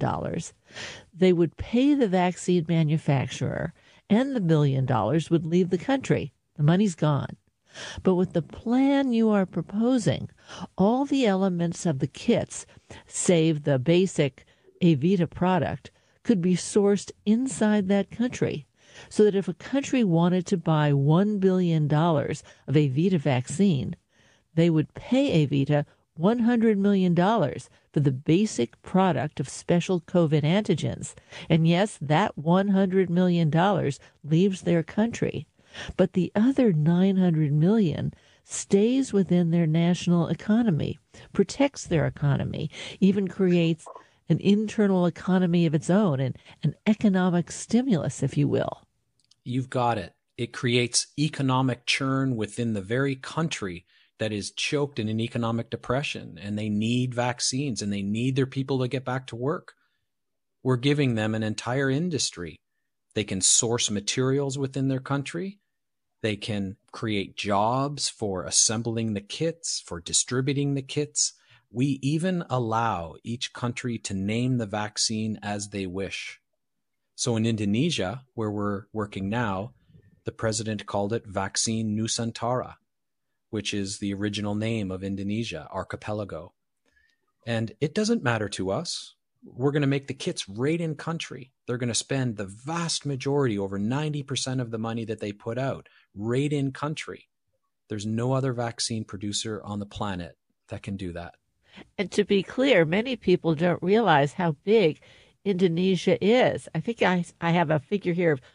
they would pay the vaccine manufacturer, and the $1 billion would leave the country. The money's gone. But with the plan you are proposing, all the elements of the kits, save the basic Avita product, could be sourced inside that country. So that if a country wanted to buy $1 billion of Avita vaccine, they would pay Avita $100 million for the basic product of special COVID antigens. And yes, that $100 million leaves their country. But the other $900 million stays within their national economy, protects their economy, even creates an internal economy of its own, and an economic stimulus, if you will. You've got it. It creates economic churn within the very country that is choked in an economic depression, and they need vaccines and they need their people to get back to work. We're giving them an entire industry. They can source materials within their country. They can create jobs for assembling the kits, for distributing the kits. We even allow each country to name the vaccine as they wish. So in Indonesia, where we're working now, the president called it Vaccine Nusantara. which is the original name of Indonesia, archipelago. And it doesn't matter to us. We're going to make the kits right in country. They're going to spend the vast majority, over 90% of the money that they put out, right in country. There's no other vaccine producer on the planet that can do that. And to be clear, many people don't realize how big Indonesia is. I think I have a figure here of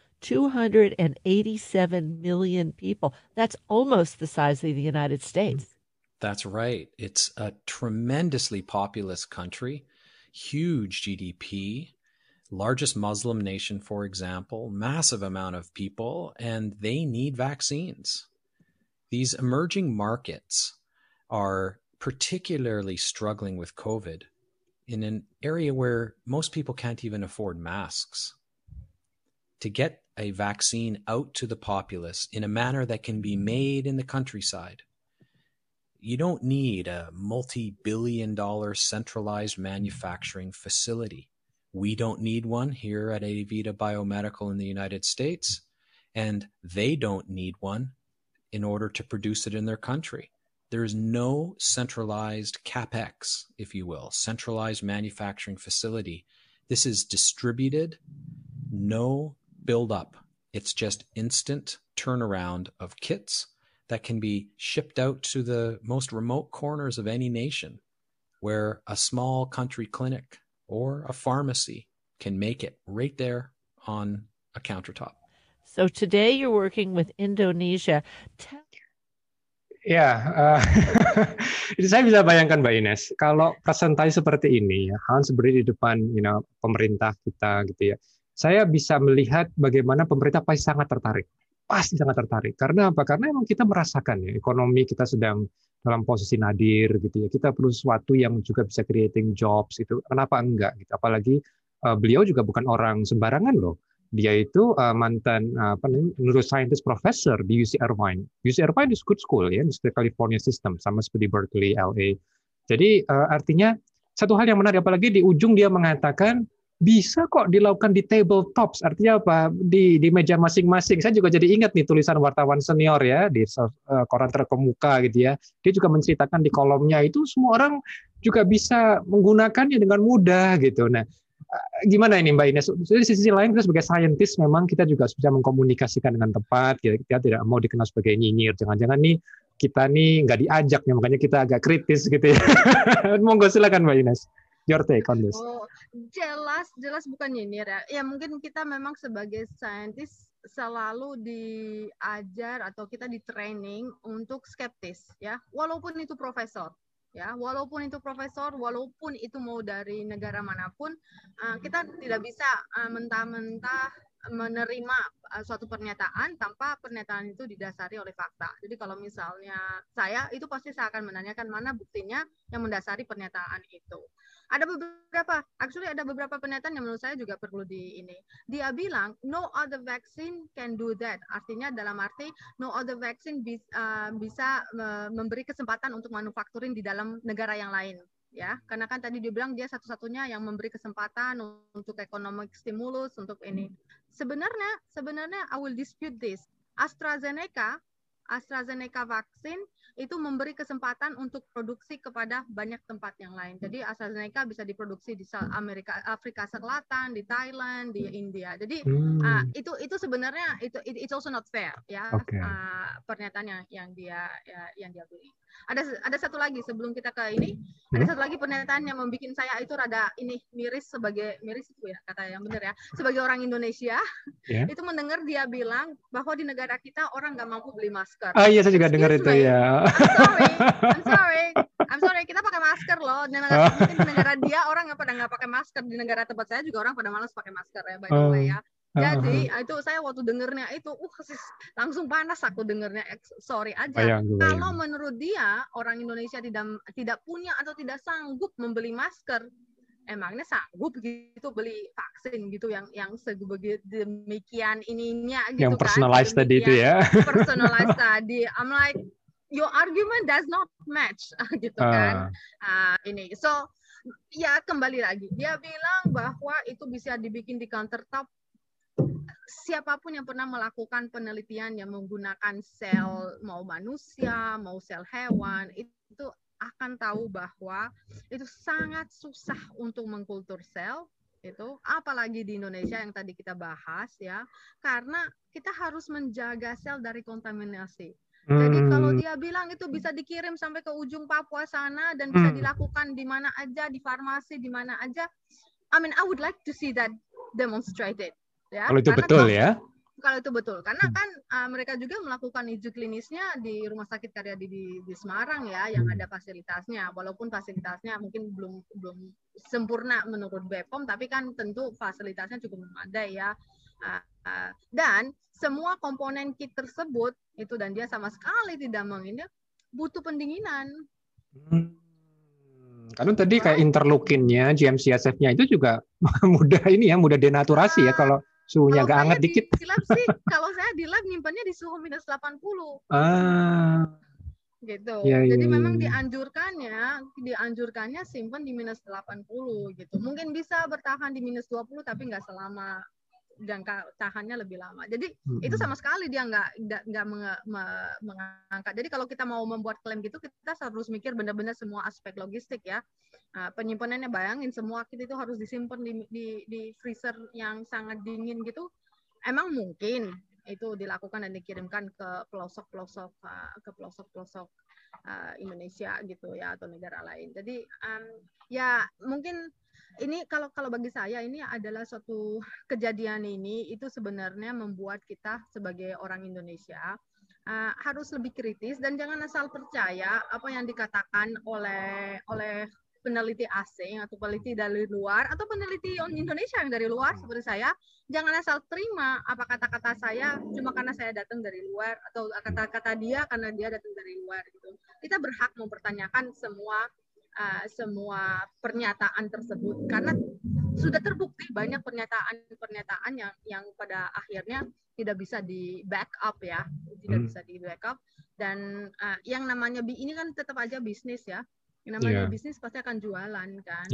287 million people. That's almost the size of the United States. That's right. It's a tremendously populous country, huge GDP, largest Muslim nation, for example, massive amount of people, and they need vaccines. These emerging markets are particularly struggling with COVID in an area where most people can't even afford masks. To get a vaccine out to the populace in a manner that can be made in the countryside, you don't need a multi-billion-dollar centralized manufacturing facility. We don't need one here at Avita Biomedical in the United States, and they don't need one in order to produce it in their country. There is no centralized CapEx, if you will, centralized manufacturing facility. This is distributed, no build-up. It's just instant turnaround of kits that can be shipped out to the most remote corners of any nation, where a small country clinic or a pharmacy can make it right there on a countertop. So today you're working with Indonesia. Ya, itu saya bisa bayangkan Mbak Ines, kalau presentasi seperti ini, ya, Hans berdiri di depan pemerintah kita gitu ya, saya bisa melihat bagaimana pemerintah pasti sangat tertarik. Karena apa? Karena memang kita merasakan ya, ekonomi kita sedang dalam posisi nadir gitu ya. Kita perlu sesuatu yang juga bisa creating jobs itu. Kenapa enggak gitu? Apalagi beliau juga bukan orang sembarangan loh. Dia itu mantan neuroscientist professor di UC Irvine. UC Irvine is good school ya, di California system sama seperti Berkeley, LA. Jadi artinya satu hal yang menarik, apalagi di ujung dia mengatakan bisa kok dilakukan di tabletops, artinya apa? Di meja masing-masing. Saya juga jadi ingat nih tulisan wartawan senior ya di koran terkemuka gitu ya. Dia juga menceritakan di kolomnya itu semua orang juga bisa menggunakannya dengan mudah gitu. Nah, gimana ini Mbak Ines? Di sisi lain kita sebagai scientist memang kita juga bisa mengkomunikasikan dengan tepat. Kita tidak mau dikenal sebagai nyinyir. Jangan-jangan nih kita nih nggak diajak nih, makanya kita agak kritis gitu ya. Monggo silakan Mbak Ines. Your take on this. Oh, jelas bukan nyinyir ya. Ya mungkin kita memang sebagai saintis selalu diajar atau kita di training untuk skeptis ya. Walaupun itu profesor ya, walaupun itu mau dari negara manapun, kita tidak bisa mentah-mentah menerima suatu pernyataan tanpa pernyataan itu didasari oleh fakta. Jadi kalau misalnya saya akan menanyakan mana buktinya yang mendasari pernyataan itu. Ada beberapa pernyataan yang menurut saya juga perlu Dia bilang no other vaccine can do that. Artinya dalam arti no other vaccine bisa memberi kesempatan untuk manufacturing di dalam negara yang lain. Ya, karena kan tadi dia bilang dia satu-satunya yang memberi kesempatan untuk economic stimulus untuk ini. Sebenarnya I will dispute this. AstraZeneca vaksin itu memberi kesempatan untuk produksi kepada banyak tempat yang lain. Jadi AstraZeneca bisa diproduksi di Afrika Selatan, di Thailand, di India. Jadi itu sebenarnya it's also not fair ya. Okay. Pernyataan yang dia beri. Ada satu lagi sebelum kita ke ini, ada satu lagi pernyataan yang membuat saya itu rada miris itu ya kata yang benar ya. Sebagai orang Indonesia, itu mendengar dia bilang bahwa di negara kita orang nggak mampu beli masker. Oh iya, saya juga dengar itu ya. I'm sorry, kita pakai masker loh. Mungkin di negara dia orang nggak pakai masker. Di negara tempat saya juga orang pada malas pakai masker ya, by the way ya. Jadi itu saya waktu dengernya itu langsung panas aku dengernya. Sorry aja. Kalau menurut dia orang Indonesia tidak punya atau tidak sanggup membeli masker, emangnya sanggup gitu beli vaksin gitu yang demikian ininya gitu yang personalized kan, tadi itu ya. Personalized tadi. I'm like your argument does not match gitu kan. Ini. So ya kembali lagi dia bilang bahwa itu bisa dibikin di countertop. siapapun yang pernah melakukan penelitian yang menggunakan sel mau manusia, mau sel hewan, itu akan tahu bahwa itu sangat susah untuk mengkultur sel itu, apalagi di Indonesia yang tadi kita bahas ya, karena kita harus menjaga sel dari kontaminasi. Jadi kalau dia bilang itu bisa dikirim sampai ke ujung Papua sana dan bisa dilakukan di mana aja, di farmasi di mana aja, I mean I would like to see that demonstrated. Ya, kalau itu betul ya. Kalau itu betul, karena kan mereka juga melakukan uji klinisnya di Rumah Sakit Karyadi di Semarang ya, yang ada fasilitasnya. Walaupun fasilitasnya mungkin belum sempurna menurut BPOM, tapi kan tentu fasilitasnya cukup memadai ya. Dan semua komponen kit tersebut itu, dan dia sama sekali tidak mengingat butuh pendinginan. Karena tadi kayak interleukinnya, GM-CSF-nya itu juga mudah ini ya, mudah denaturasi ya kalau suhunya agak hangat dikit. Di lab sih, kalau saya di lab nyimpannya di suhu minus 80. Gitu. Ya, jadi ya, memang ya. dianjurkannya simpan di minus 80 gitu. Mungkin bisa bertahan di minus 20 tapi nggak selama, jangka tahannya lebih lama. Jadi itu sama sekali dia nggak mengangkat. Jadi kalau kita mau membuat klaim gitu, kita harus mikir benar-benar semua aspek logistik ya. Penyimpanannya, bayangin semua kit itu harus disimpan di freezer yang sangat dingin gitu. Emang mungkin itu dilakukan dan dikirimkan ke pelosok-pelosok Indonesia gitu ya, atau negara lain. Jadi ya mungkin ini kalau bagi saya ini adalah suatu kejadian ini itu sebenarnya membuat kita sebagai orang Indonesia harus lebih kritis dan jangan asal percaya apa yang dikatakan oleh peneliti asing atau peneliti dari luar atau peneliti Indonesia yang dari luar seperti saya. Jangan asal terima apa kata-kata saya cuma karena saya datang dari luar atau kata-kata dia karena dia datang dari luar gitu. Kita berhak mempertanyakan semua pernyataan tersebut karena sudah terbukti banyak pernyataan yang pada akhirnya tidak bisa di backup ya, tidak bisa di backup. Dan yang namanya ini kan tetap aja bisnis ya. Yang namanya bisnis pasti akan jualan kan.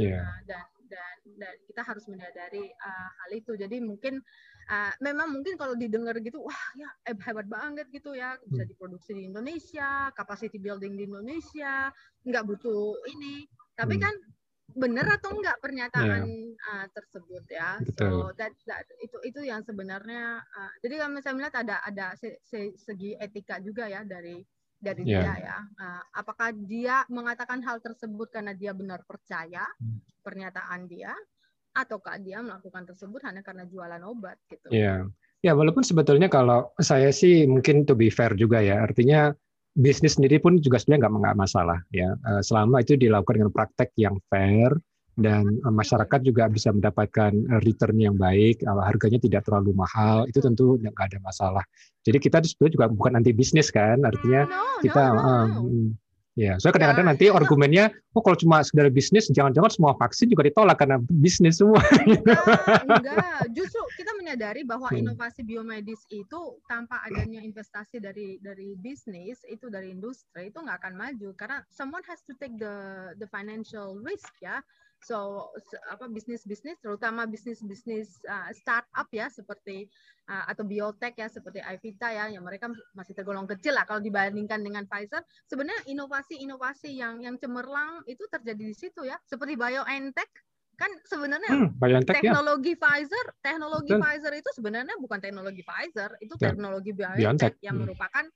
Dan kita harus menyadari hal itu. Jadi mungkin memang mungkin kalau didengar gitu, wah ya hebat banget gitu ya, bisa diproduksi di Indonesia, capacity building di Indonesia, nggak butuh ini. Tapi kan benar atau enggak pernyataan tersebut ya. Betul. So itu yang sebenarnya. Jadi kalau saya melihat ada segi etika juga ya dari dia ya. Apakah dia mengatakan hal tersebut karena dia benar percaya pernyataan dia, ataukah dia melakukan tersebut hanya karena jualan obat gitu. Iya. Ya, walaupun sebetulnya kalau saya sih mungkin to be fair juga ya. Artinya bisnis sendiri pun juga sebenarnya nggak masalah ya. Selama itu dilakukan dengan praktek yang fair dan masyarakat juga bisa mendapatkan return yang baik, harganya tidak terlalu mahal, itu tentu nggak ada masalah. Jadi kita sebetulnya juga bukan anti bisnis kan, artinya kita ya, soalnya kadang-kadang nanti argumennya, kalau cuma sekedar bisnis, jangan-jangan semua vaksin juga ditolak karena bisnis semua. Enggak. Justru kita menyadari bahwa inovasi biomedis itu tanpa adanya investasi dari bisnis, itu dari industri, itu nggak akan maju karena someone has to take the financial risk ya. So bisnis terutama bisnis startup ya seperti atau biotech ya seperti Ivita ya, yang mereka masih tergolong kecil lah kalau dibandingkan dengan Pfizer. Sebenarnya inovasi yang cemerlang itu terjadi di situ ya, seperti BioNTech kan sebenarnya teknologi Pfizer itu sebenarnya bukan teknologi Pfizer, itu teknologi BioNTech yang merupakan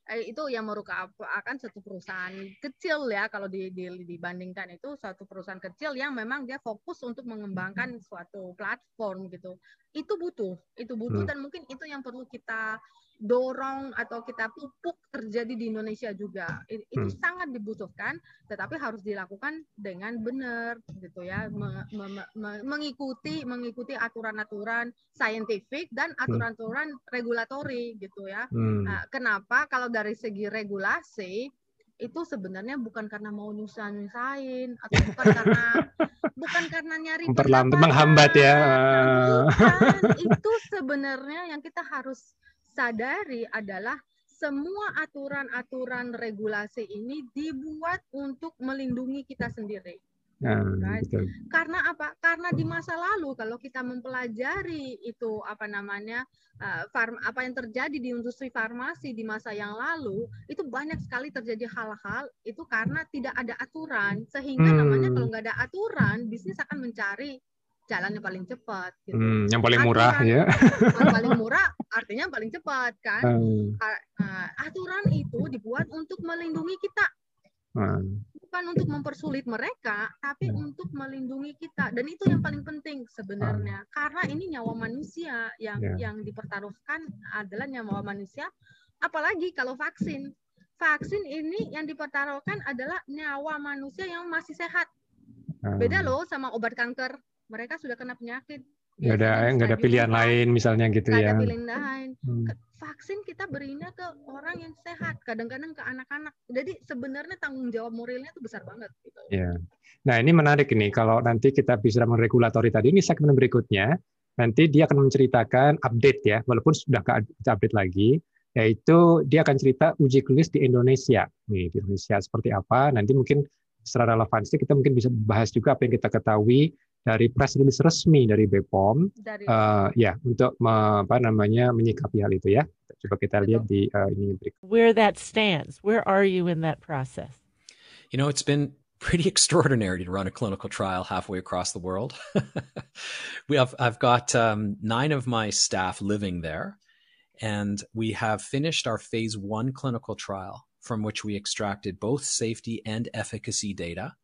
satu perusahaan kecil ya, kalau dibandingkan itu suatu perusahaan kecil yang memang dia fokus untuk mengembangkan suatu platform gitu. Itu butuh dan mungkin itu yang perlu kita dorong atau kita pupuk terjadi di Indonesia juga. Itu sangat dibutuhkan, tetapi harus dilakukan dengan benar gitu ya, mengikuti aturan-aturan saintifik dan aturan-aturan regulatori gitu ya. Kenapa? Kalau dari segi regulasi itu sebenarnya bukan karena mau nyusahin atau bukan karena nyari pendapatan, menghambat ya. Bukan. Itu sebenarnya yang kita harus sadari adalah semua aturan-aturan regulasi ini dibuat untuk melindungi kita sendiri. Right? Betul. Karena apa? Karena di masa lalu kalau kita mempelajari itu apa namanya apa yang terjadi di industri farmasi di masa yang lalu, itu banyak sekali terjadi hal-hal itu karena tidak ada aturan, sehingga namanya kalau nggak ada aturan, bisnis akan mencari jalan yang paling cepat gitu. Yang paling murah ya. Yang paling murah artinya paling cepat kan. Aturan itu dibuat untuk melindungi kita. Bukan untuk mempersulit mereka, tapi untuk melindungi kita. Dan itu yang paling penting sebenarnya. Karena ini nyawa manusia yang dipertaruhkan adalah nyawa manusia. Apalagi kalau vaksin. Vaksin ini yang dipertaruhkan adalah nyawa manusia yang masih sehat. Beda loh sama obat kanker. Mereka sudah kena penyakit. Nggak ada pilihan lain misalnya gitu ya. Nggak ada pilihan lain. Vaksin kita berinya ke orang yang sehat, kadang-kadang ke anak-anak. Jadi sebenarnya tanggung jawab moralnya itu besar banget. Gitu. Ya. Nah ini menarik ini, kalau nanti kita bisa meregulatori tadi, ini segmen berikutnya, nanti dia akan menceritakan update ya, walaupun sudah ke update lagi, yaitu dia akan cerita uji klinis di Indonesia. Nih, di Indonesia seperti apa, nanti mungkin secara relevansi kita mungkin bisa bahas juga apa yang kita ketahui dari press release resmi dari BPOM untuk menyikapi hal itu ya. Coba kita lihat di ini berikut. Where that stands. Where are you in that process? You know, it's been pretty extraordinary to run a clinical trial halfway across the world. I've got 9 of my staff living there, and we have finished our phase 1 clinical trial from which we extracted both safety and efficacy data.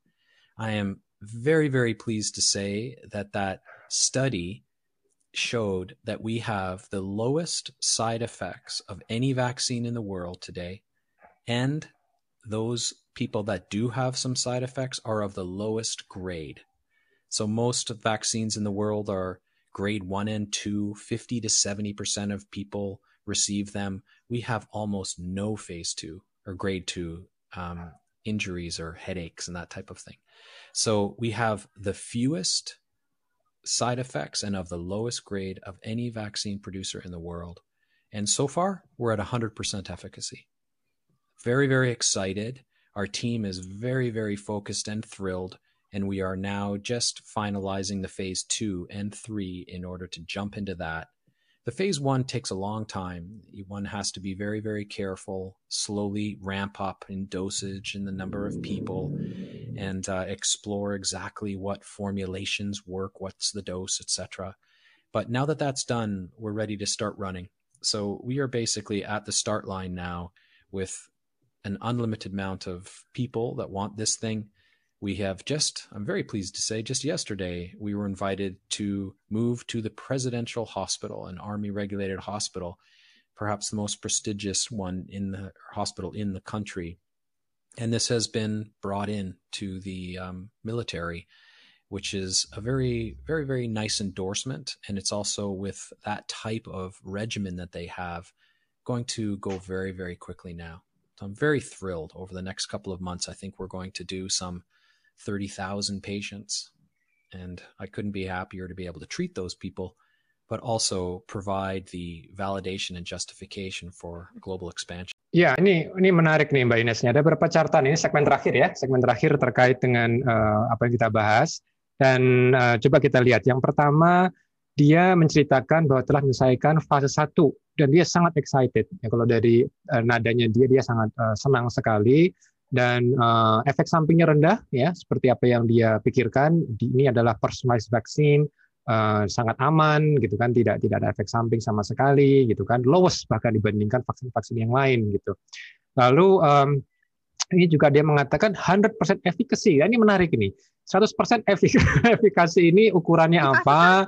I am very, very pleased to say that study showed that we have the lowest side effects of any vaccine in the world today. And those people that do have some side effects are of the lowest grade. So most vaccines in the world are grade 1 and 2, 50 to 70% of people receive them. We have almost no phase 2 or grade 2 injuries or headaches and that type of thing. So we have the fewest side effects and of the lowest grade of any vaccine producer in the world. And so far, we're at 100% efficacy. Very, very excited. Our team is very, very focused and thrilled. And we are now just finalizing the phase 2 and 3 in order to jump into that. The phase 1 takes a long time. One has to be very, very careful, slowly ramp up in dosage and the number of people, and explore exactly what formulations work, what's the dose, etc. But now that that's done, we're ready to start running. So we are basically at the start line now with an unlimited amount of people that want this thing. We have I'm very pleased to say, just yesterday, we were invited to move to the Presidential Hospital, an Army-regulated hospital, perhaps the most prestigious one in the hospital in the country. And this has been brought in to the military, which is a very, very, very nice endorsement. And it's also with that type of regimen that they have going to go very, very quickly now. So I'm very thrilled. Over the next couple of months, I think we're going to do some 30,000 patients. And I couldn't be happier to be able to treat those people, but also provide the validation and justification for global expansion. Ya, ini menarik nih Mbak Ines. Ada beberapa catatan, ini segmen terakhir ya, segmen terakhir terkait dengan apa yang kita bahas. Dan coba kita lihat. Yang pertama, dia menceritakan bahwa telah menyelesaikan fase 1 dan dia sangat excited. Ya, kalau dari nadanya dia sangat senang sekali. Dan efek sampingnya rendah ya, seperti apa yang dia pikirkan. Ini adalah personalized vaccine, sangat aman gitu kan, tidak ada efek samping sama sekali gitu kan, lowest bahkan dibandingkan vaksin-vaksin yang lain gitu. Lalu ini juga dia mengatakan 100% efficacy. Ya, ini menarik ini. 100% efikasi ini ukurannya apa?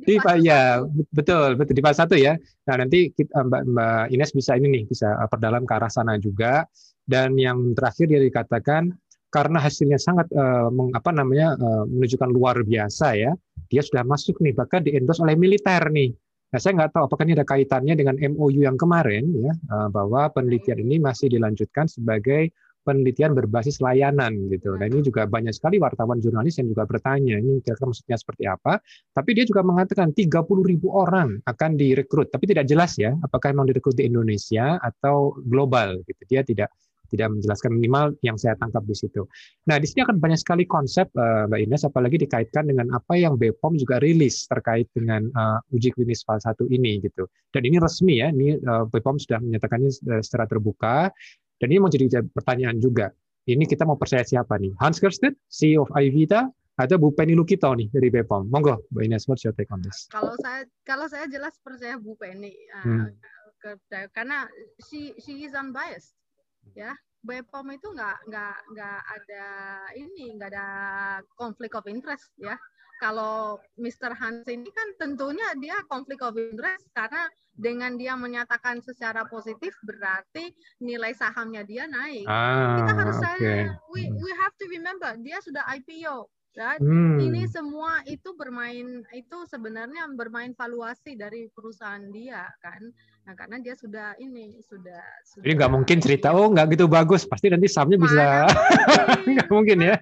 Betul di fase 1 ya. Nah, nanti Mbak Ines bisa bisa perdalam ke arah sana juga. Dan yang terakhir dia dikatakan karena hasilnya sangat menunjukkan luar biasa ya, dia sudah masuk nih bahkan di-endorse oleh militer nih. Nah, saya nggak tahu apakah ini ada kaitannya dengan MOU yang kemarin ya, bahwa penelitian ini masih dilanjutkan sebagai penelitian berbasis layanan gitu. Nah, ini juga banyak sekali wartawan jurnalis yang juga bertanya ini kira-kira maksudnya seperti apa. Tapi dia juga mengatakan 30.000 orang akan direkrut, tapi tidak jelas ya apakah memang direkrut di Indonesia atau global gitu. Dia tidak tidak menjelaskan, minimal yang saya tangkap di situ. Nah, di sini akan banyak sekali konsep, Mbak Ines, apalagi dikaitkan dengan apa yang BPOM juga rilis terkait dengan uji klinis fase 1 ini gitu. Dan ini resmi ya, ini BPOM sudah menyatakannya secara terbuka. Dan ini mau jadi pertanyaan juga. Ini kita mau percaya siapa nih? Hans Kersten, CEO of iVita, atau Bu Penny Lukito nih dari BPOM? Monggo, Mbak Ines, what's your take on this? Kalau saya jelas percaya Bu Penny, karena she is unbiased. Ya, BPOM itu nggak ada konflik of interest ya. Kalau Mr. Hans ini kan tentunya dia konflik of interest karena dengan dia menyatakan secara positif berarti nilai sahamnya dia naik. Kita harus we have to remember dia sudah IPO. Right? Ini semua itu sebenarnya bermain valuasi dari perusahaan dia kan. Nah, karena dia sudah. Jadi nggak mungkin cerita nggak gitu bagus, pasti nanti sahamnya bisa nggak mungkin ya.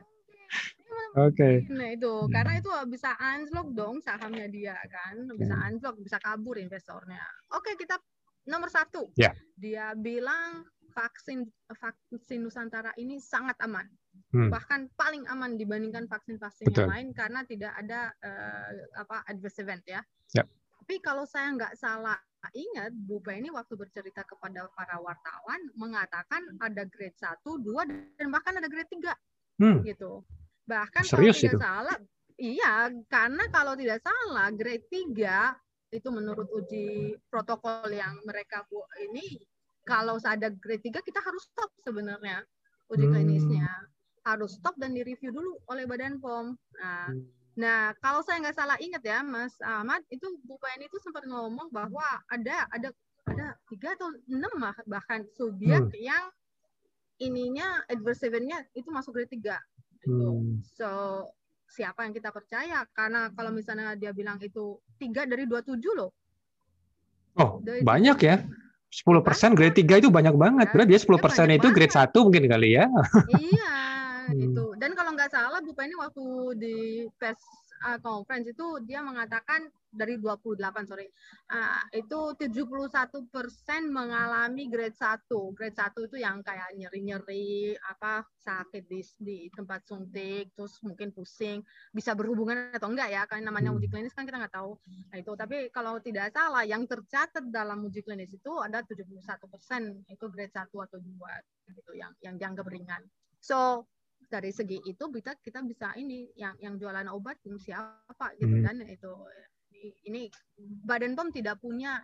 Oke. Nah itu karena itu bisa anjlok dong sahamnya dia kan, bisa anjlok, bisa kabur investornya. Oke, kita nomor 1. Yeah. Dia bilang vaksin Nusantara ini sangat aman. Bahkan paling aman dibandingkan vaksin-vaksin yang lain karena tidak ada adverse event ya. Yep. Tapi kalau saya nggak salah ingat, Bu Penny waktu bercerita kepada para wartawan mengatakan ada grade 1, 2 dan bahkan ada grade 3 gitu. Bahkan serius kalau tidak itu? salah, iya, karena kalau tidak salah grade 3 itu menurut uji protokol yang mereka ini kalau ada grade 3 kita harus stop sebenarnya uji klinisnya. Harus stop dan direview dulu oleh Badan POM. Nah, kalau saya nggak salah ingat ya, Mas Ahmad, itu Bu Penny itu sempat ngomong bahwa ada 3 atau 6 bahkan subjek yang ininya adverse event-nya itu masuk grade 3. So, siapa yang kita percaya? Karena kalau misalnya dia bilang itu 3 dari 27 loh. Oh, banyak ya. 10% grade 3 itu banyak banget. Berarti dia 10% itu grade 1 mungkin kali ya. Iya. Itu. Dan kalau nggak salah Bu Penny waktu di press conference itu dia mengatakan dari 28 itu 71% mengalami grade 1. Grade 1 itu yang kayak nyeri-nyeri, sakit di tempat suntik, terus mungkin pusing, bisa berhubungan atau enggak ya, karena namanya uji klinis kan kita nggak tahu. Nah, itu tapi kalau tidak salah yang tercatat dalam uji klinis itu ada 71% itu grade 1 atau 2 gitu yang dianggap ringan. So dari segi itu kita bisa ini yang jualan obat siapa gitu kan, itu ini Badan POM tidak punya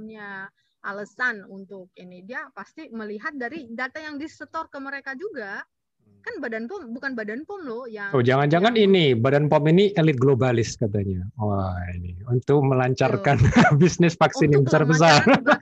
alasan untuk ini, dia pasti melihat dari data yang disetor ke mereka juga kan. Badan POM bukan Badan POM loh yang jangan-jangan ini Badan POM ini elit globalis katanya. Wah, ini untuk melancarkan bisnis vaksin yang besar-besar.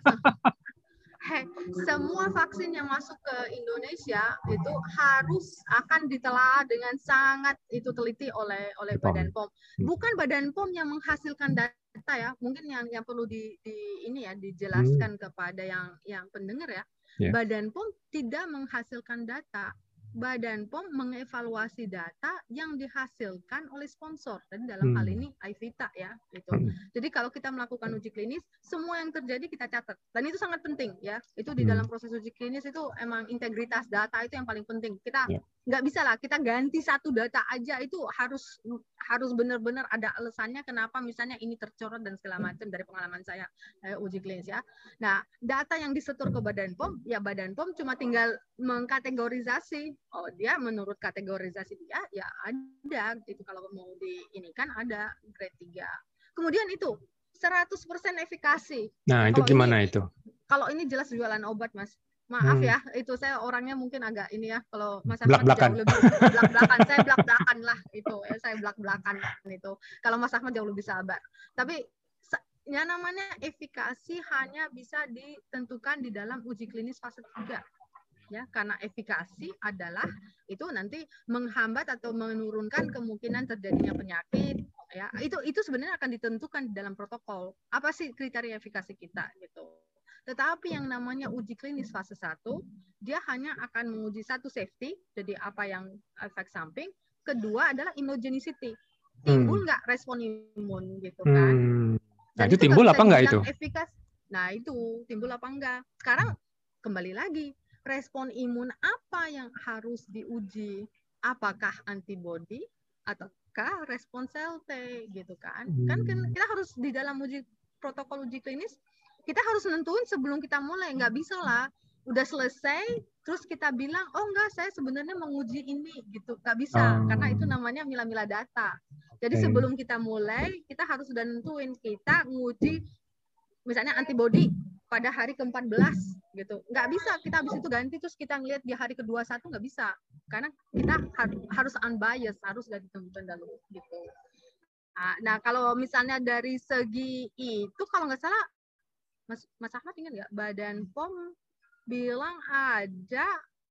Semua vaksin yang masuk ke Indonesia itu harus akan ditelaah dengan sangat itu teliti oleh Badan POM. Bukan Badan POM yang menghasilkan data ya. Mungkin yang perlu dijelaskan kepada yang pendengar ya. Yeah. Badan POM tidak menghasilkan data. Badan POM mengevaluasi data yang dihasilkan oleh sponsor. Dan dalam hal ini iVita ya, gitu. Jadi kalau kita melakukan uji klinis, semua yang terjadi kita catat. Dan itu sangat penting ya. Itu di dalam proses uji klinis itu emang integritas data itu yang paling penting. Kita nggak bisa lah kita ganti satu data aja, itu harus benar-benar ada alasannya kenapa misalnya ini tercorot dan segala macam dari pengalaman saya uji klinis ya. Nah, data yang disetor ke Badan POM, ya Badan POM cuma tinggal mengkategorisasi. Oh, dia menurut kategorisasi dia ya ada itu, kalau mau di ini kan ada grade 3. Kemudian itu 100% efikasi. Nah, itu gimana itu? Kalau ini jelas jualan obat, Mas. Maaf ya, itu saya orangnya mungkin agak ini ya, kalau Mas Ahmad jauh lebih belak-belakan, saya belak-belakan lah itu, saya belak-belakan itu. Kalau Mas Ahmad jauh lebih sabar. Tapi ya namanya efikasi hanya bisa ditentukan di dalam uji klinis fase 3. Ya, karena efikasi adalah itu nanti menghambat atau menurunkan kemungkinan terjadinya penyakit ya. Itu sebenarnya akan ditentukan di dalam protokol. Apa sih kriteria efikasi kita gitu. Tetapi yang namanya uji klinis fase 1, dia hanya akan menguji satu safety, jadi apa yang efek samping, kedua adalah immunogenicity. Timbul nggak respon imun gitu kan. Nah, itu timbul apa enggak itu? Efikas. Nah, itu timbul apa enggak. Sekarang kembali lagi, respon imun apa yang harus diuji? Apakah antibody ataukah respon sel T gitu kan? Kan kita harus di dalam protokol uji klinis kita harus nentuin sebelum kita mulai, nggak bisa lah udah selesai terus kita bilang oh enggak saya sebenarnya menguji ini gitu, nggak bisa karena itu namanya mila-mila data. Jadi sebelum kita mulai kita harus sudah nentuin kita nguji misalnya antibody pada hari ke-14 gitu, nggak bisa kita habis itu ganti terus kita ngelihat di hari ke-21, nggak bisa karena kita harus unbiased, harus sudah ditentukan dulu gitu. Nah kalau misalnya dari segi itu kalau nggak salah Mas Ahmad ingat nggak Badan POM bilang ada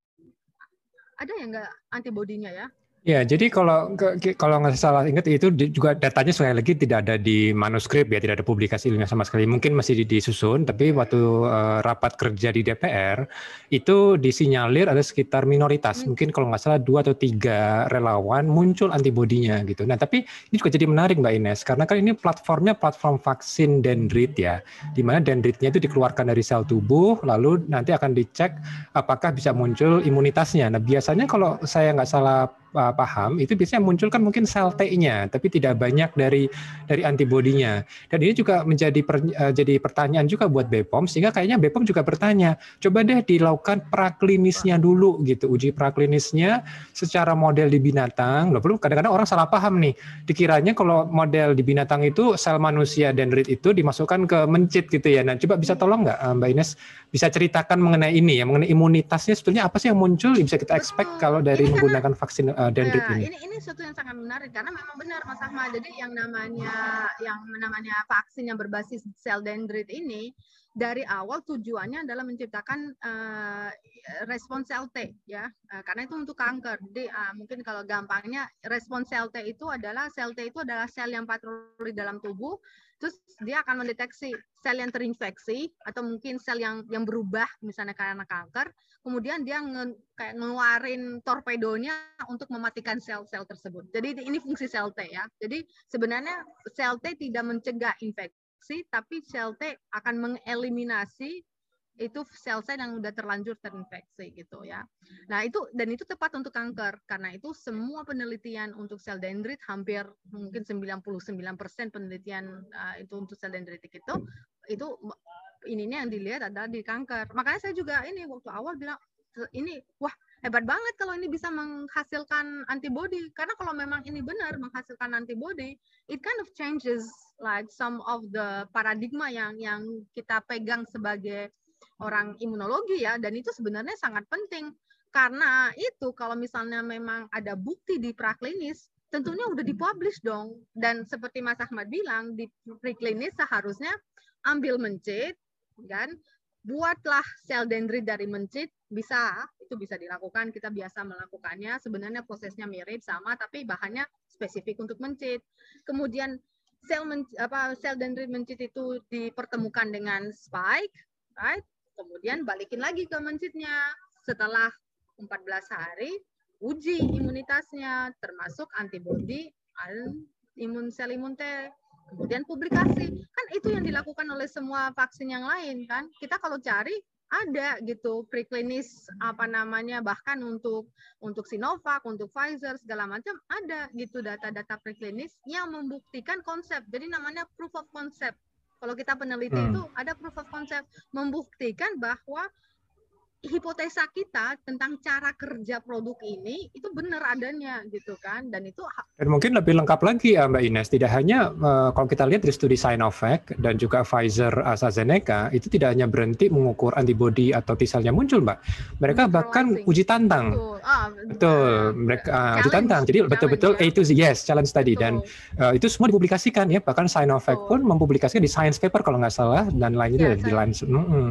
ya nggak antibodinya ya? Ya, jadi kalau nggak salah ingat itu juga datanya sekali lagi tidak ada di manuskrip ya, tidak ada publikasi ilmiah sama sekali. Mungkin masih disusun, tapi waktu rapat kerja di DPR itu disinyalir ada sekitar minoritas. Mungkin kalau nggak salah 2 atau 3 relawan muncul antibodinya gitu. Nah, tapi ini juga jadi menarik Mbak Ines, karena kan ini platformnya platform vaksin dendrit ya, di mana dendritnya itu dikeluarkan dari sel tubuh, lalu nanti akan dicek apakah bisa muncul imunitasnya. Nah, biasanya kalau saya nggak salah paham itu biasanya muncul kan mungkin sel T-nya tapi tidak banyak dari antibodinya, dan ini juga menjadi jadi pertanyaan juga buat BPOM, sehingga kayaknya BPOM juga bertanya coba deh dilakukan praklinisnya dulu gitu, uji praklinisnya secara model di binatang. Loh, belum kadang-kadang orang salah paham nih, dikiranya kalau model di binatang itu sel manusia dendrit itu dimasukkan ke mencit gitu ya. Nah coba bisa tolong nggak Mbak Ines bisa ceritakan mengenai ini ya, mengenai imunitasnya sebetulnya apa sih yang muncul bisa kita expect kalau dari ini menggunakan vaksin dendrit ini. Ini sesuatu yang sangat menarik karena memang benar Mas Ahmad. Jadi yang namanya vaksin yang berbasis sel dendrit ini dari awal tujuannya adalah menciptakan respon sel T ya, karena itu untuk kanker. Jadi mungkin kalau gampangnya respon sel T itu adalah sel yang patroli dalam tubuh, terus dia akan mendeteksi sel yang terinfeksi atau mungkin sel yang berubah misalnya karena kanker, kemudian dia kayak ngeluarin torpedonya untuk mematikan sel-sel tersebut. Jadi ini fungsi sel T ya. Jadi sebenarnya sel T tidak mencegah infeksi, tapi sel T akan mengeliminasi itu sel-sel yang sudah terlanjur terinfeksi gitu ya. Nah itu tepat untuk kanker, karena itu semua penelitian untuk sel dendrit hampir mungkin 99% penelitian itu untuk sel dendritik itu ininya yang dilihat adalah di kanker. Makanya saya juga ini waktu awal bilang ini wah hebat banget kalau ini bisa menghasilkan antibody, karena kalau memang ini benar menghasilkan antibody, it kind of changes like some of the paradigma yang kita pegang sebagai orang imunologi ya, dan itu sebenarnya sangat penting karena itu kalau misalnya memang ada bukti di praklinis tentunya udah dipublish dong, dan seperti Mas Ahmad bilang di preklinis seharusnya ambil mencit kan, buatlah sel dendrit dari mencit, itu bisa dilakukan, kita biasa melakukannya, sebenarnya prosesnya mirip sama tapi bahannya spesifik untuk mencit. Kemudian sel dendrit mencit itu dipertemukan dengan spike, right? Kemudian balikin lagi ke mencitnya setelah 14 hari, uji imunitasnya termasuk antibody sel imun T. Kemudian publikasi, kan itu yang dilakukan oleh semua vaksin yang lain kan. Kita kalau cari ada gitu preklinis bahkan untuk Sinovac, untuk Pfizer segala macam ada gitu data-data preklinis yang membuktikan konsep. Jadi namanya proof of concept. Kalau kita peneliti itu ada proof of concept, membuktikan bahwa hipotesa kita tentang cara kerja produk ini itu benar adanya gitu kan, dan mungkin lebih lengkap lagi ya Mbak Ines, tidak hanya kalau kita lihat dari studi Sinovac dan juga Pfizer AstraZeneca itu tidak hanya berhenti mengukur antibody atau T-selnya muncul Mbak, mereka bahkan uji tantang. Betul, mereka uji tantang, jadi betul-betul A to Z, yes, challenge tadi, dan itu semua dipublikasikan ya, bahkan Sinovac pun mempublikasikan di Science paper kalau nggak salah, dan lainnya di Lancet.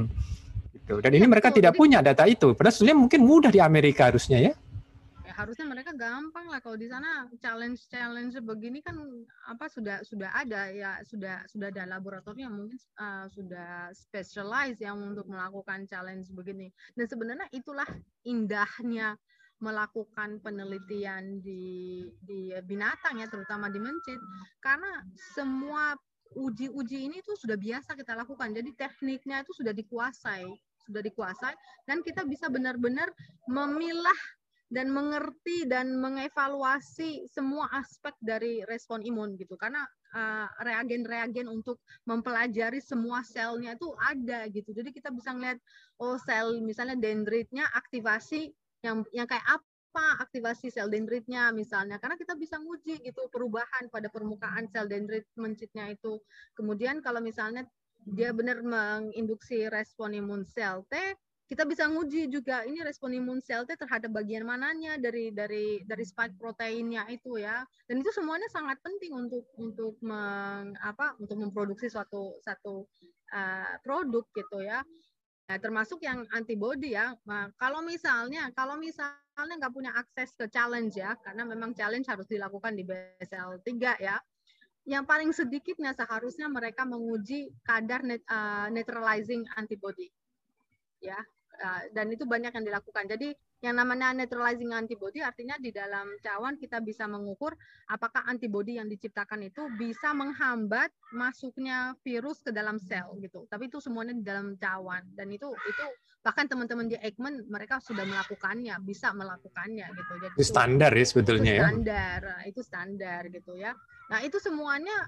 Dan ini mereka tidak punya data itu, padahal sebenarnya mungkin mudah di Amerika harusnya ya. Harusnya mereka gampang lah, kalau di sana challenge begini kan sudah ada ya, sudah ada laboratorium yang mungkin sudah specialized yang untuk melakukan challenge begini. Dan sebenarnya itulah indahnya melakukan penelitian di binatang ya, terutama di mencit, karena semua uji-uji ini tuh sudah biasa kita lakukan, jadi tekniknya itu sudah dikuasai. sudah dikuasai, dan kita bisa benar-benar memilah dan mengerti dan mengevaluasi semua aspek dari respon imun gitu, karena reagen-reagen untuk mempelajari semua selnya itu ada gitu. Jadi kita bisa ngeliat sel misalnya dendritnya aktivasi yang kayak apa aktivasi sel dendritnya misalnya, karena kita bisa nguji gitu perubahan pada permukaan sel dendrit mencitnya itu. Kemudian kalau misalnya dia benar menginduksi respon imun sel T, kita bisa nguji juga ini respon imun sel T terhadap bagian mananya dari spike proteinnya itu ya. Dan itu semuanya sangat penting untuk memproduksi satu produk gitu ya. Nah, termasuk yang antibody ya. Nah, kalau misalnya nggak punya akses ke challenge ya, karena memang challenge harus dilakukan di BSL-3 ya. Yang paling sedikitnya seharusnya mereka menguji kadar neutralizing antibody. Ya, dan itu banyak yang dilakukan. Jadi yang namanya neutralizing antibody artinya di dalam cawan kita bisa mengukur apakah antibody yang diciptakan itu bisa menghambat masuknya virus ke dalam sel gitu. Tapi itu semuanya di dalam cawan, dan itu bahkan teman-teman di Eijkman mereka sudah melakukannya, bisa melakukannya gitu. Jadi itu standar ya sebetulnya itu ya. Itu standar gitu ya. Nah, itu semuanya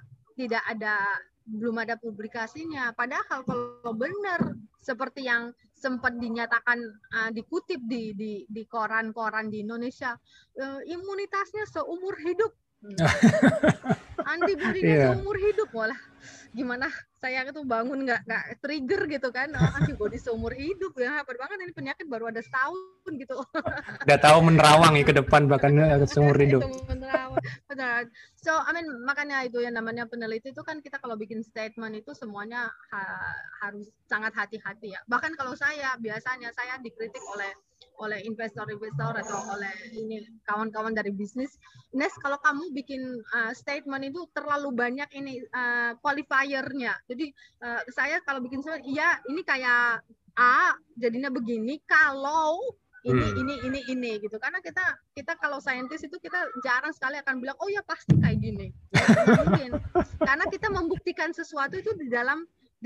belum ada publikasinya. Padahal kalau benar seperti yang sempat dinyatakan dikutip di koran-koran di Indonesia, imunitasnya seumur hidup. Antibodinya seumur hidup, malah gimana saya itu bangun nggak trigger gitu kan, antibodi seumur hidup ya, hebat banget, ini penyakit baru ada setahun gitu. Udah tahu menerawang ya ke depan bahkan seumur hidup. So makanya itu yang namanya peneliti itu kan, kita kalau bikin statement itu semuanya harus sangat hati-hati ya. Bahkan kalau biasanya saya dikritik oleh investor-investor atau oleh ini kawan-kawan dari bisnis, Nes, kalau kamu bikin statement itu terlalu banyak ini qualifiernya. Jadi saya kalau bikin statement, iya ini kayak A jadinya begini kalau ini gitu. Karena kita kalau saintis itu kita jarang sekali akan bilang oh ya pasti kayak gini. Mungkin karena kita membuktikan sesuatu itu di dalam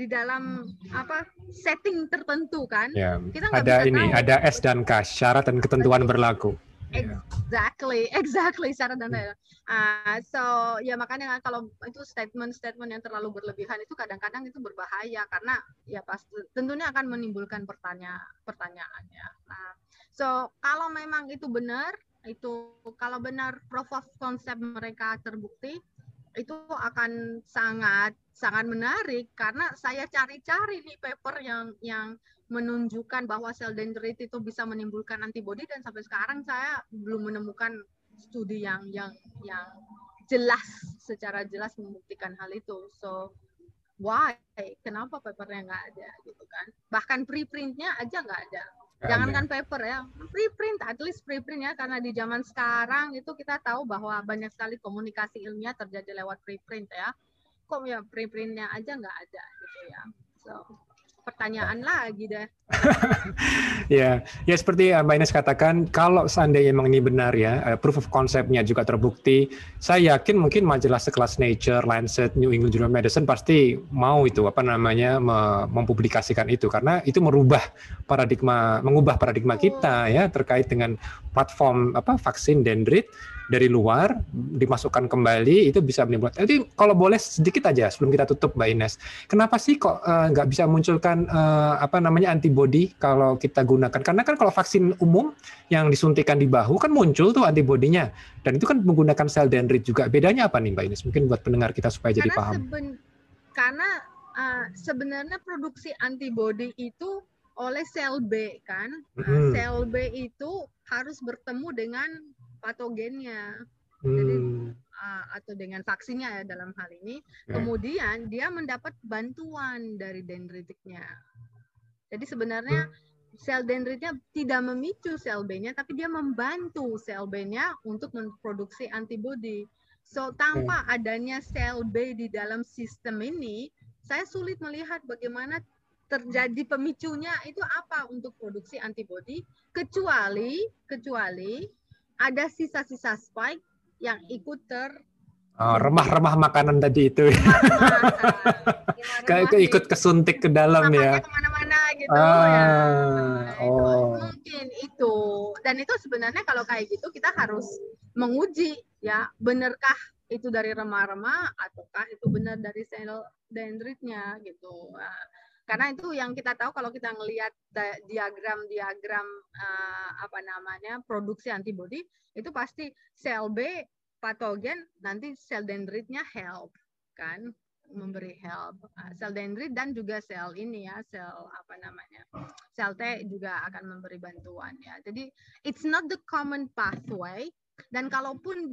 setting tertentu kan. Ya, kita ada ada S dan K, syarat dan ketentuan berlaku. Exactly syarat dan so ya makanya kalau itu statement yang terlalu berlebihan itu kadang-kadang itu berbahaya, karena ya pasti tentunya akan menimbulkan pertanyaannya. So kalau memang itu benar, kalau benar proof of concept mereka terbukti, itu akan sangat menarik, karena saya cari-cari nih paper yang menunjukkan bahwa sel dendrit itu bisa menimbulkan antibodi, dan sampai sekarang saya belum menemukan studi yang secara jelas membuktikan hal itu. So why? Kenapa papernya nggak ada gitu kan? Bahkan preprintnya aja nggak ada. Jangankan paper ya, preprint, at least preprint ya, karena di zaman sekarang itu kita tahu bahwa banyak sekali komunikasi ilmiah terjadi lewat preprint ya. Kok ya preprintnya aja nggak ada gitu ya. So pertanyaan lagi deh. Ya seperti Mbak Ines katakan, kalau seandainya memang ini benar ya, proof of concept-nya juga terbukti, saya yakin mungkin majalah sekelas Nature, Lancet, New England Journal of Medicine pasti mau itu mempublikasikan itu, karena itu mengubah paradigma kita ya terkait dengan platform vaksin dendrit dari luar dimasukkan kembali, itu bisa menimbulkan. Jadi kalau boleh sedikit aja sebelum kita tutup, Mbak Ines, kenapa sih kok nggak bisa munculkan antibodi kalau kita gunakan? Karena kan kalau vaksin umum yang disuntikan di bahu kan muncul tuh antibodinya, dan itu kan menggunakan sel dendrit juga. Bedanya apa nih, Mbak Ines? Mungkin buat pendengar kita supaya jadi paham. Karena sebenarnya produksi antibodi itu oleh sel B kan. Sel B itu harus bertemu dengan patogennya, jadi atau dengan vaksinnya ya dalam hal ini. Kemudian dia mendapat bantuan dari dendritiknya. Jadi sebenarnya sel dendritnya tidak memicu sel B-nya, tapi dia membantu sel B-nya untuk memproduksi antibodi. So tanpa adanya sel B di dalam sistem ini, saya sulit melihat bagaimana terjadi pemicunya itu apa untuk produksi antibodi, kecuali ada sisa-sisa spike yang ikut remah-remah makanan tadi itu. Ikut kesuntik ke dalam ya. Kemana-mana gitu ya. Oh. Mungkin itu. Dan itu sebenarnya kalau kayak gitu kita harus menguji ya, benarkah itu dari remah-remah ataukah itu benar dari sel dendritnya gitu. Nah, karena itu yang kita tahu kalau kita ngelihat diagram apa namanya produksi antibodi itu pasti sel B patogen, nanti sel dendritnya help kan, memberi help. Sel dendrit dan juga sel ini ya, sel apa namanya, sel T juga akan memberi bantuan ya. Jadi it's not the common pathway. Dan kalaupun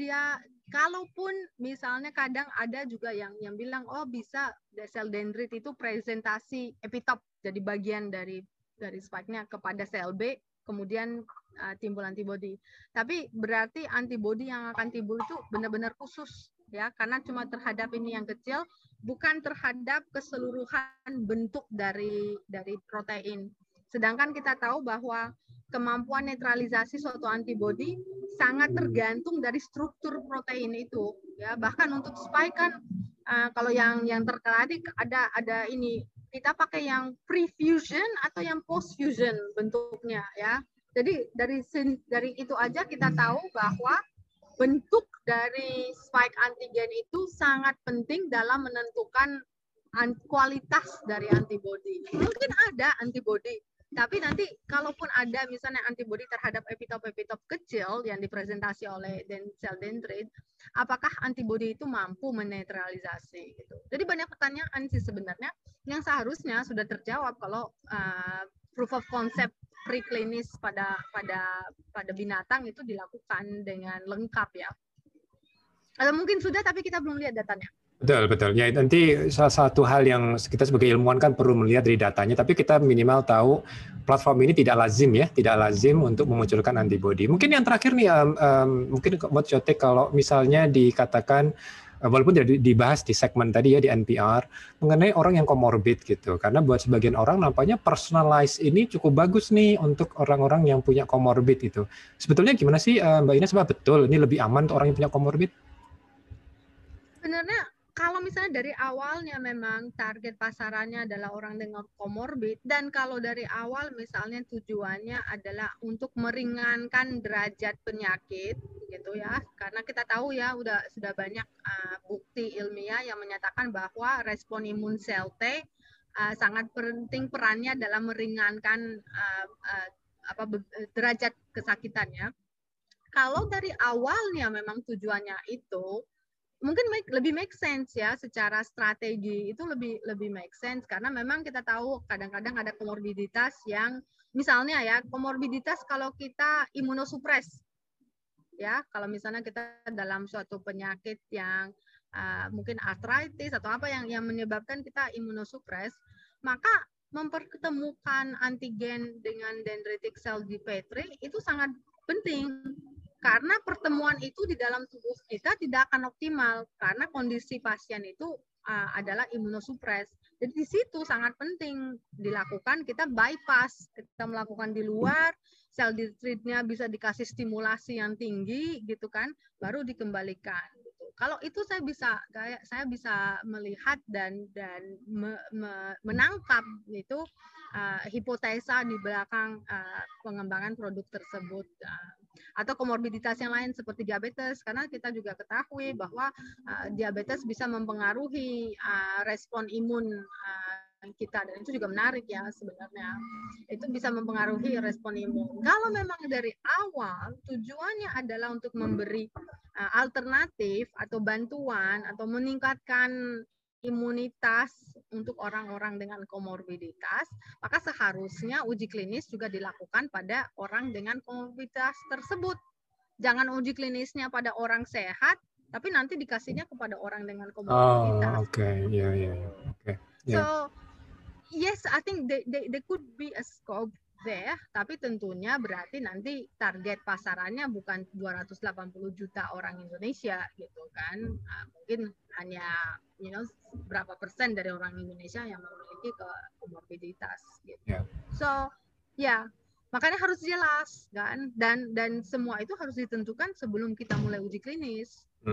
misalnya kadang ada juga yang bilang oh bisa sel dendrit itu presentasi epitop jadi bagian dari spike-nya kepada sel B, kemudian timbul antibodi. Tapi berarti antibodi yang akan timbul itu benar-benar khusus ya, karena cuma terhadap ini yang kecil, bukan terhadap keseluruhan bentuk dari protein. Sedangkan kita tahu bahwa kemampuan netralisasi suatu antibodi sangat tergantung dari struktur protein itu ya. Bahkan untuk spike kan kalau yang terkait ada ini kita pakai yang pre-fusion atau yang post-fusion bentuknya ya. Jadi dari itu aja kita tahu bahwa bentuk dari spike antigen itu sangat penting dalam menentukan kualitas dari antibodi. Mungkin ada antibodi, tapi nanti kalaupun ada misalnya antibodi terhadap epitop-epitop kecil yang dipresentasi oleh sel dendrit, apakah antibodi itu mampu menetralisasi gitu. Jadi banyak pertanyaan sih sebenarnya yang seharusnya sudah terjawab kalau proof of concept preklinis pada binatang itu dilakukan dengan lengkap ya. Atau mungkin sudah tapi kita belum lihat datanya. Betul. Ya, nanti salah satu hal yang kita sebagai ilmuwan kan perlu melihat dari datanya, tapi kita minimal tahu platform ini tidak lazim untuk memunculkan antibodi. Mungkin yang terakhir nih, mungkin buat Chotek, kalau misalnya dikatakan, walaupun tidak dibahas di segmen tadi ya di NPR, mengenai orang yang komorbid gitu, karena buat sebagian orang nampaknya personalized ini cukup bagus nih untuk orang-orang yang punya komorbid itu. Sebetulnya gimana sih Mbak Ines, betul ini lebih aman untuk orang yang punya komorbid? Sebenarnya kalau misalnya dari awalnya memang target pasarannya adalah orang dengan komorbid, dan kalau dari awal misalnya tujuannya adalah untuk meringankan derajat penyakit gitu ya, karena kita tahu ya sudah banyak bukti ilmiah yang menyatakan bahwa respon imun sel T sangat penting perannya dalam meringankan derajat kesakitannya. Kalau dari awalnya memang tujuannya itu mungkin lebih make sense ya, secara strategi itu lebih make sense, karena memang kita tahu kadang-kadang ada komorbiditas yang misalnya ya, komorbiditas kalau kita imunosupres ya, kalau misalnya kita dalam suatu penyakit yang mungkin arthritis atau apa yang menyebabkan kita imunosupres, maka mempertemukan antigen dengan dendritic cell di Petri itu sangat penting. Karena pertemuan itu di dalam tubuh kita tidak akan optimal karena kondisi pasien itu adalah imunosupres. Jadi di situ sangat penting dilakukan, kita bypass, kita melakukan di luar, sel dendritnya bisa dikasih stimulasi yang tinggi gitu kan, baru dikembalikan. Gitu. Kalau itu saya bisa melihat dan menangkap itu hipotesa di belakang pengembangan produk tersebut. Atau komorbiditas yang lain seperti diabetes, karena kita juga ketahui bahwa diabetes bisa mempengaruhi respon imun kita, dan itu juga menarik ya sebenarnya, itu bisa mempengaruhi respon imun. Kalau memang dari awal tujuannya adalah untuk memberi alternatif atau bantuan atau meningkatkan imunitas untuk orang-orang dengan komorbiditas, maka seharusnya uji klinis juga dilakukan pada orang dengan komorbiditas tersebut. Jangan uji klinisnya pada orang sehat, tapi nanti dikasihnya kepada orang dengan komorbiditas. Oh, oke. Ya. Oke. So, yes, I think they could be a scope there, tapi tentunya berarti nanti target pasarannya bukan 280 juta orang Indonesia gitu kan. Mungkin hanya berapa persen dari orang Indonesia yang memiliki komorbiditas gitu. Yeah. So, makanya harus jelas kan, dan semua itu harus ditentukan sebelum kita mulai uji klinis.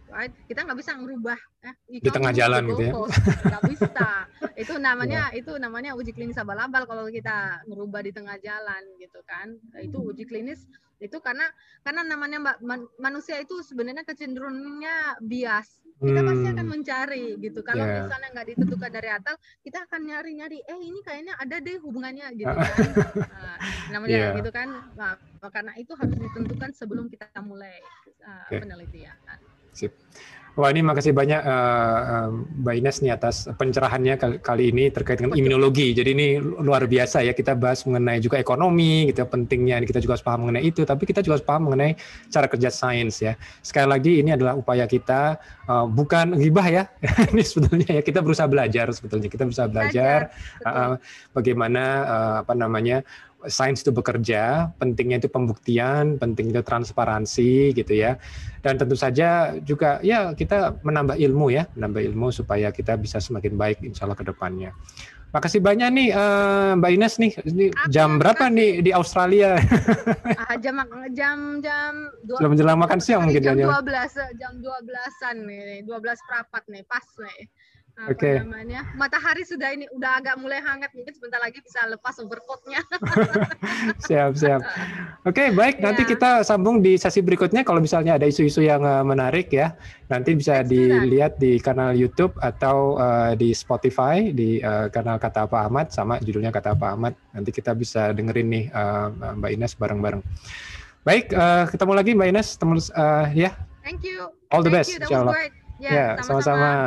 right? Kita nggak bisa ngerubah di tengah jalan gitu ya. Nggak bisa. Itu namanya uji klinis abal-abal kalau kita ngerubah di tengah jalan gitu kan. Itu uji klinis itu karena namanya manusia itu sebenarnya kecenderungannya bias. Kita pasti akan mencari gitu. Kalau misalnya nggak ditentukan dari atas, kita akan nyari-nyari. Ini kayaknya ada deh hubungannya gitu kan. Namanya gitu kan. Nah, karena itu harus ditentukan sebelum kita mulai penelitian. Sip. Wah, ini makasih banyak Mbak Ines nih atas pencerahannya kali ini terkait dengan imunologi. Jadi ini luar biasa ya, kita bahas mengenai juga ekonomi gitu, pentingnya kita juga harus paham mengenai itu, tapi kita juga harus paham mengenai cara kerja sains ya. Sekali lagi ini adalah upaya kita, bukan ghibah ya. Ini sebetulnya ya kita berusaha belajar sebetulnya. Kita berusaha belajar bagaimana sains itu bekerja, pentingnya itu pembuktian, pentingnya itu transparansi gitu ya. Dan tentu saja juga ya kita menambah ilmu supaya kita bisa semakin baik insya Allah ke depannya. Makasih banyak nih Mbak Ines nih. Ini jam berapa nih di Australia? Jam menjelang makan siang mungkin jam 12-an nih, 12:04 nih, pas nih. Namanya matahari sudah agak mulai hangat, mungkin sebentar lagi bisa lepas overcoat-nya. Siap. Oke, baik, nanti kita sambung di sesi berikutnya kalau misalnya ada isu-isu yang menarik ya. Nanti bisa dilihat di kanal YouTube atau di Spotify di kanal Kata Pak Ahmad, sama judulnya Kata Pak Ahmad. Nanti kita bisa dengerin nih Mbak Ines bareng-bareng. Baik, ketemu lagi Mbak Ines, ya. Thank you. All the best, insyaallah. Ya, sama-sama.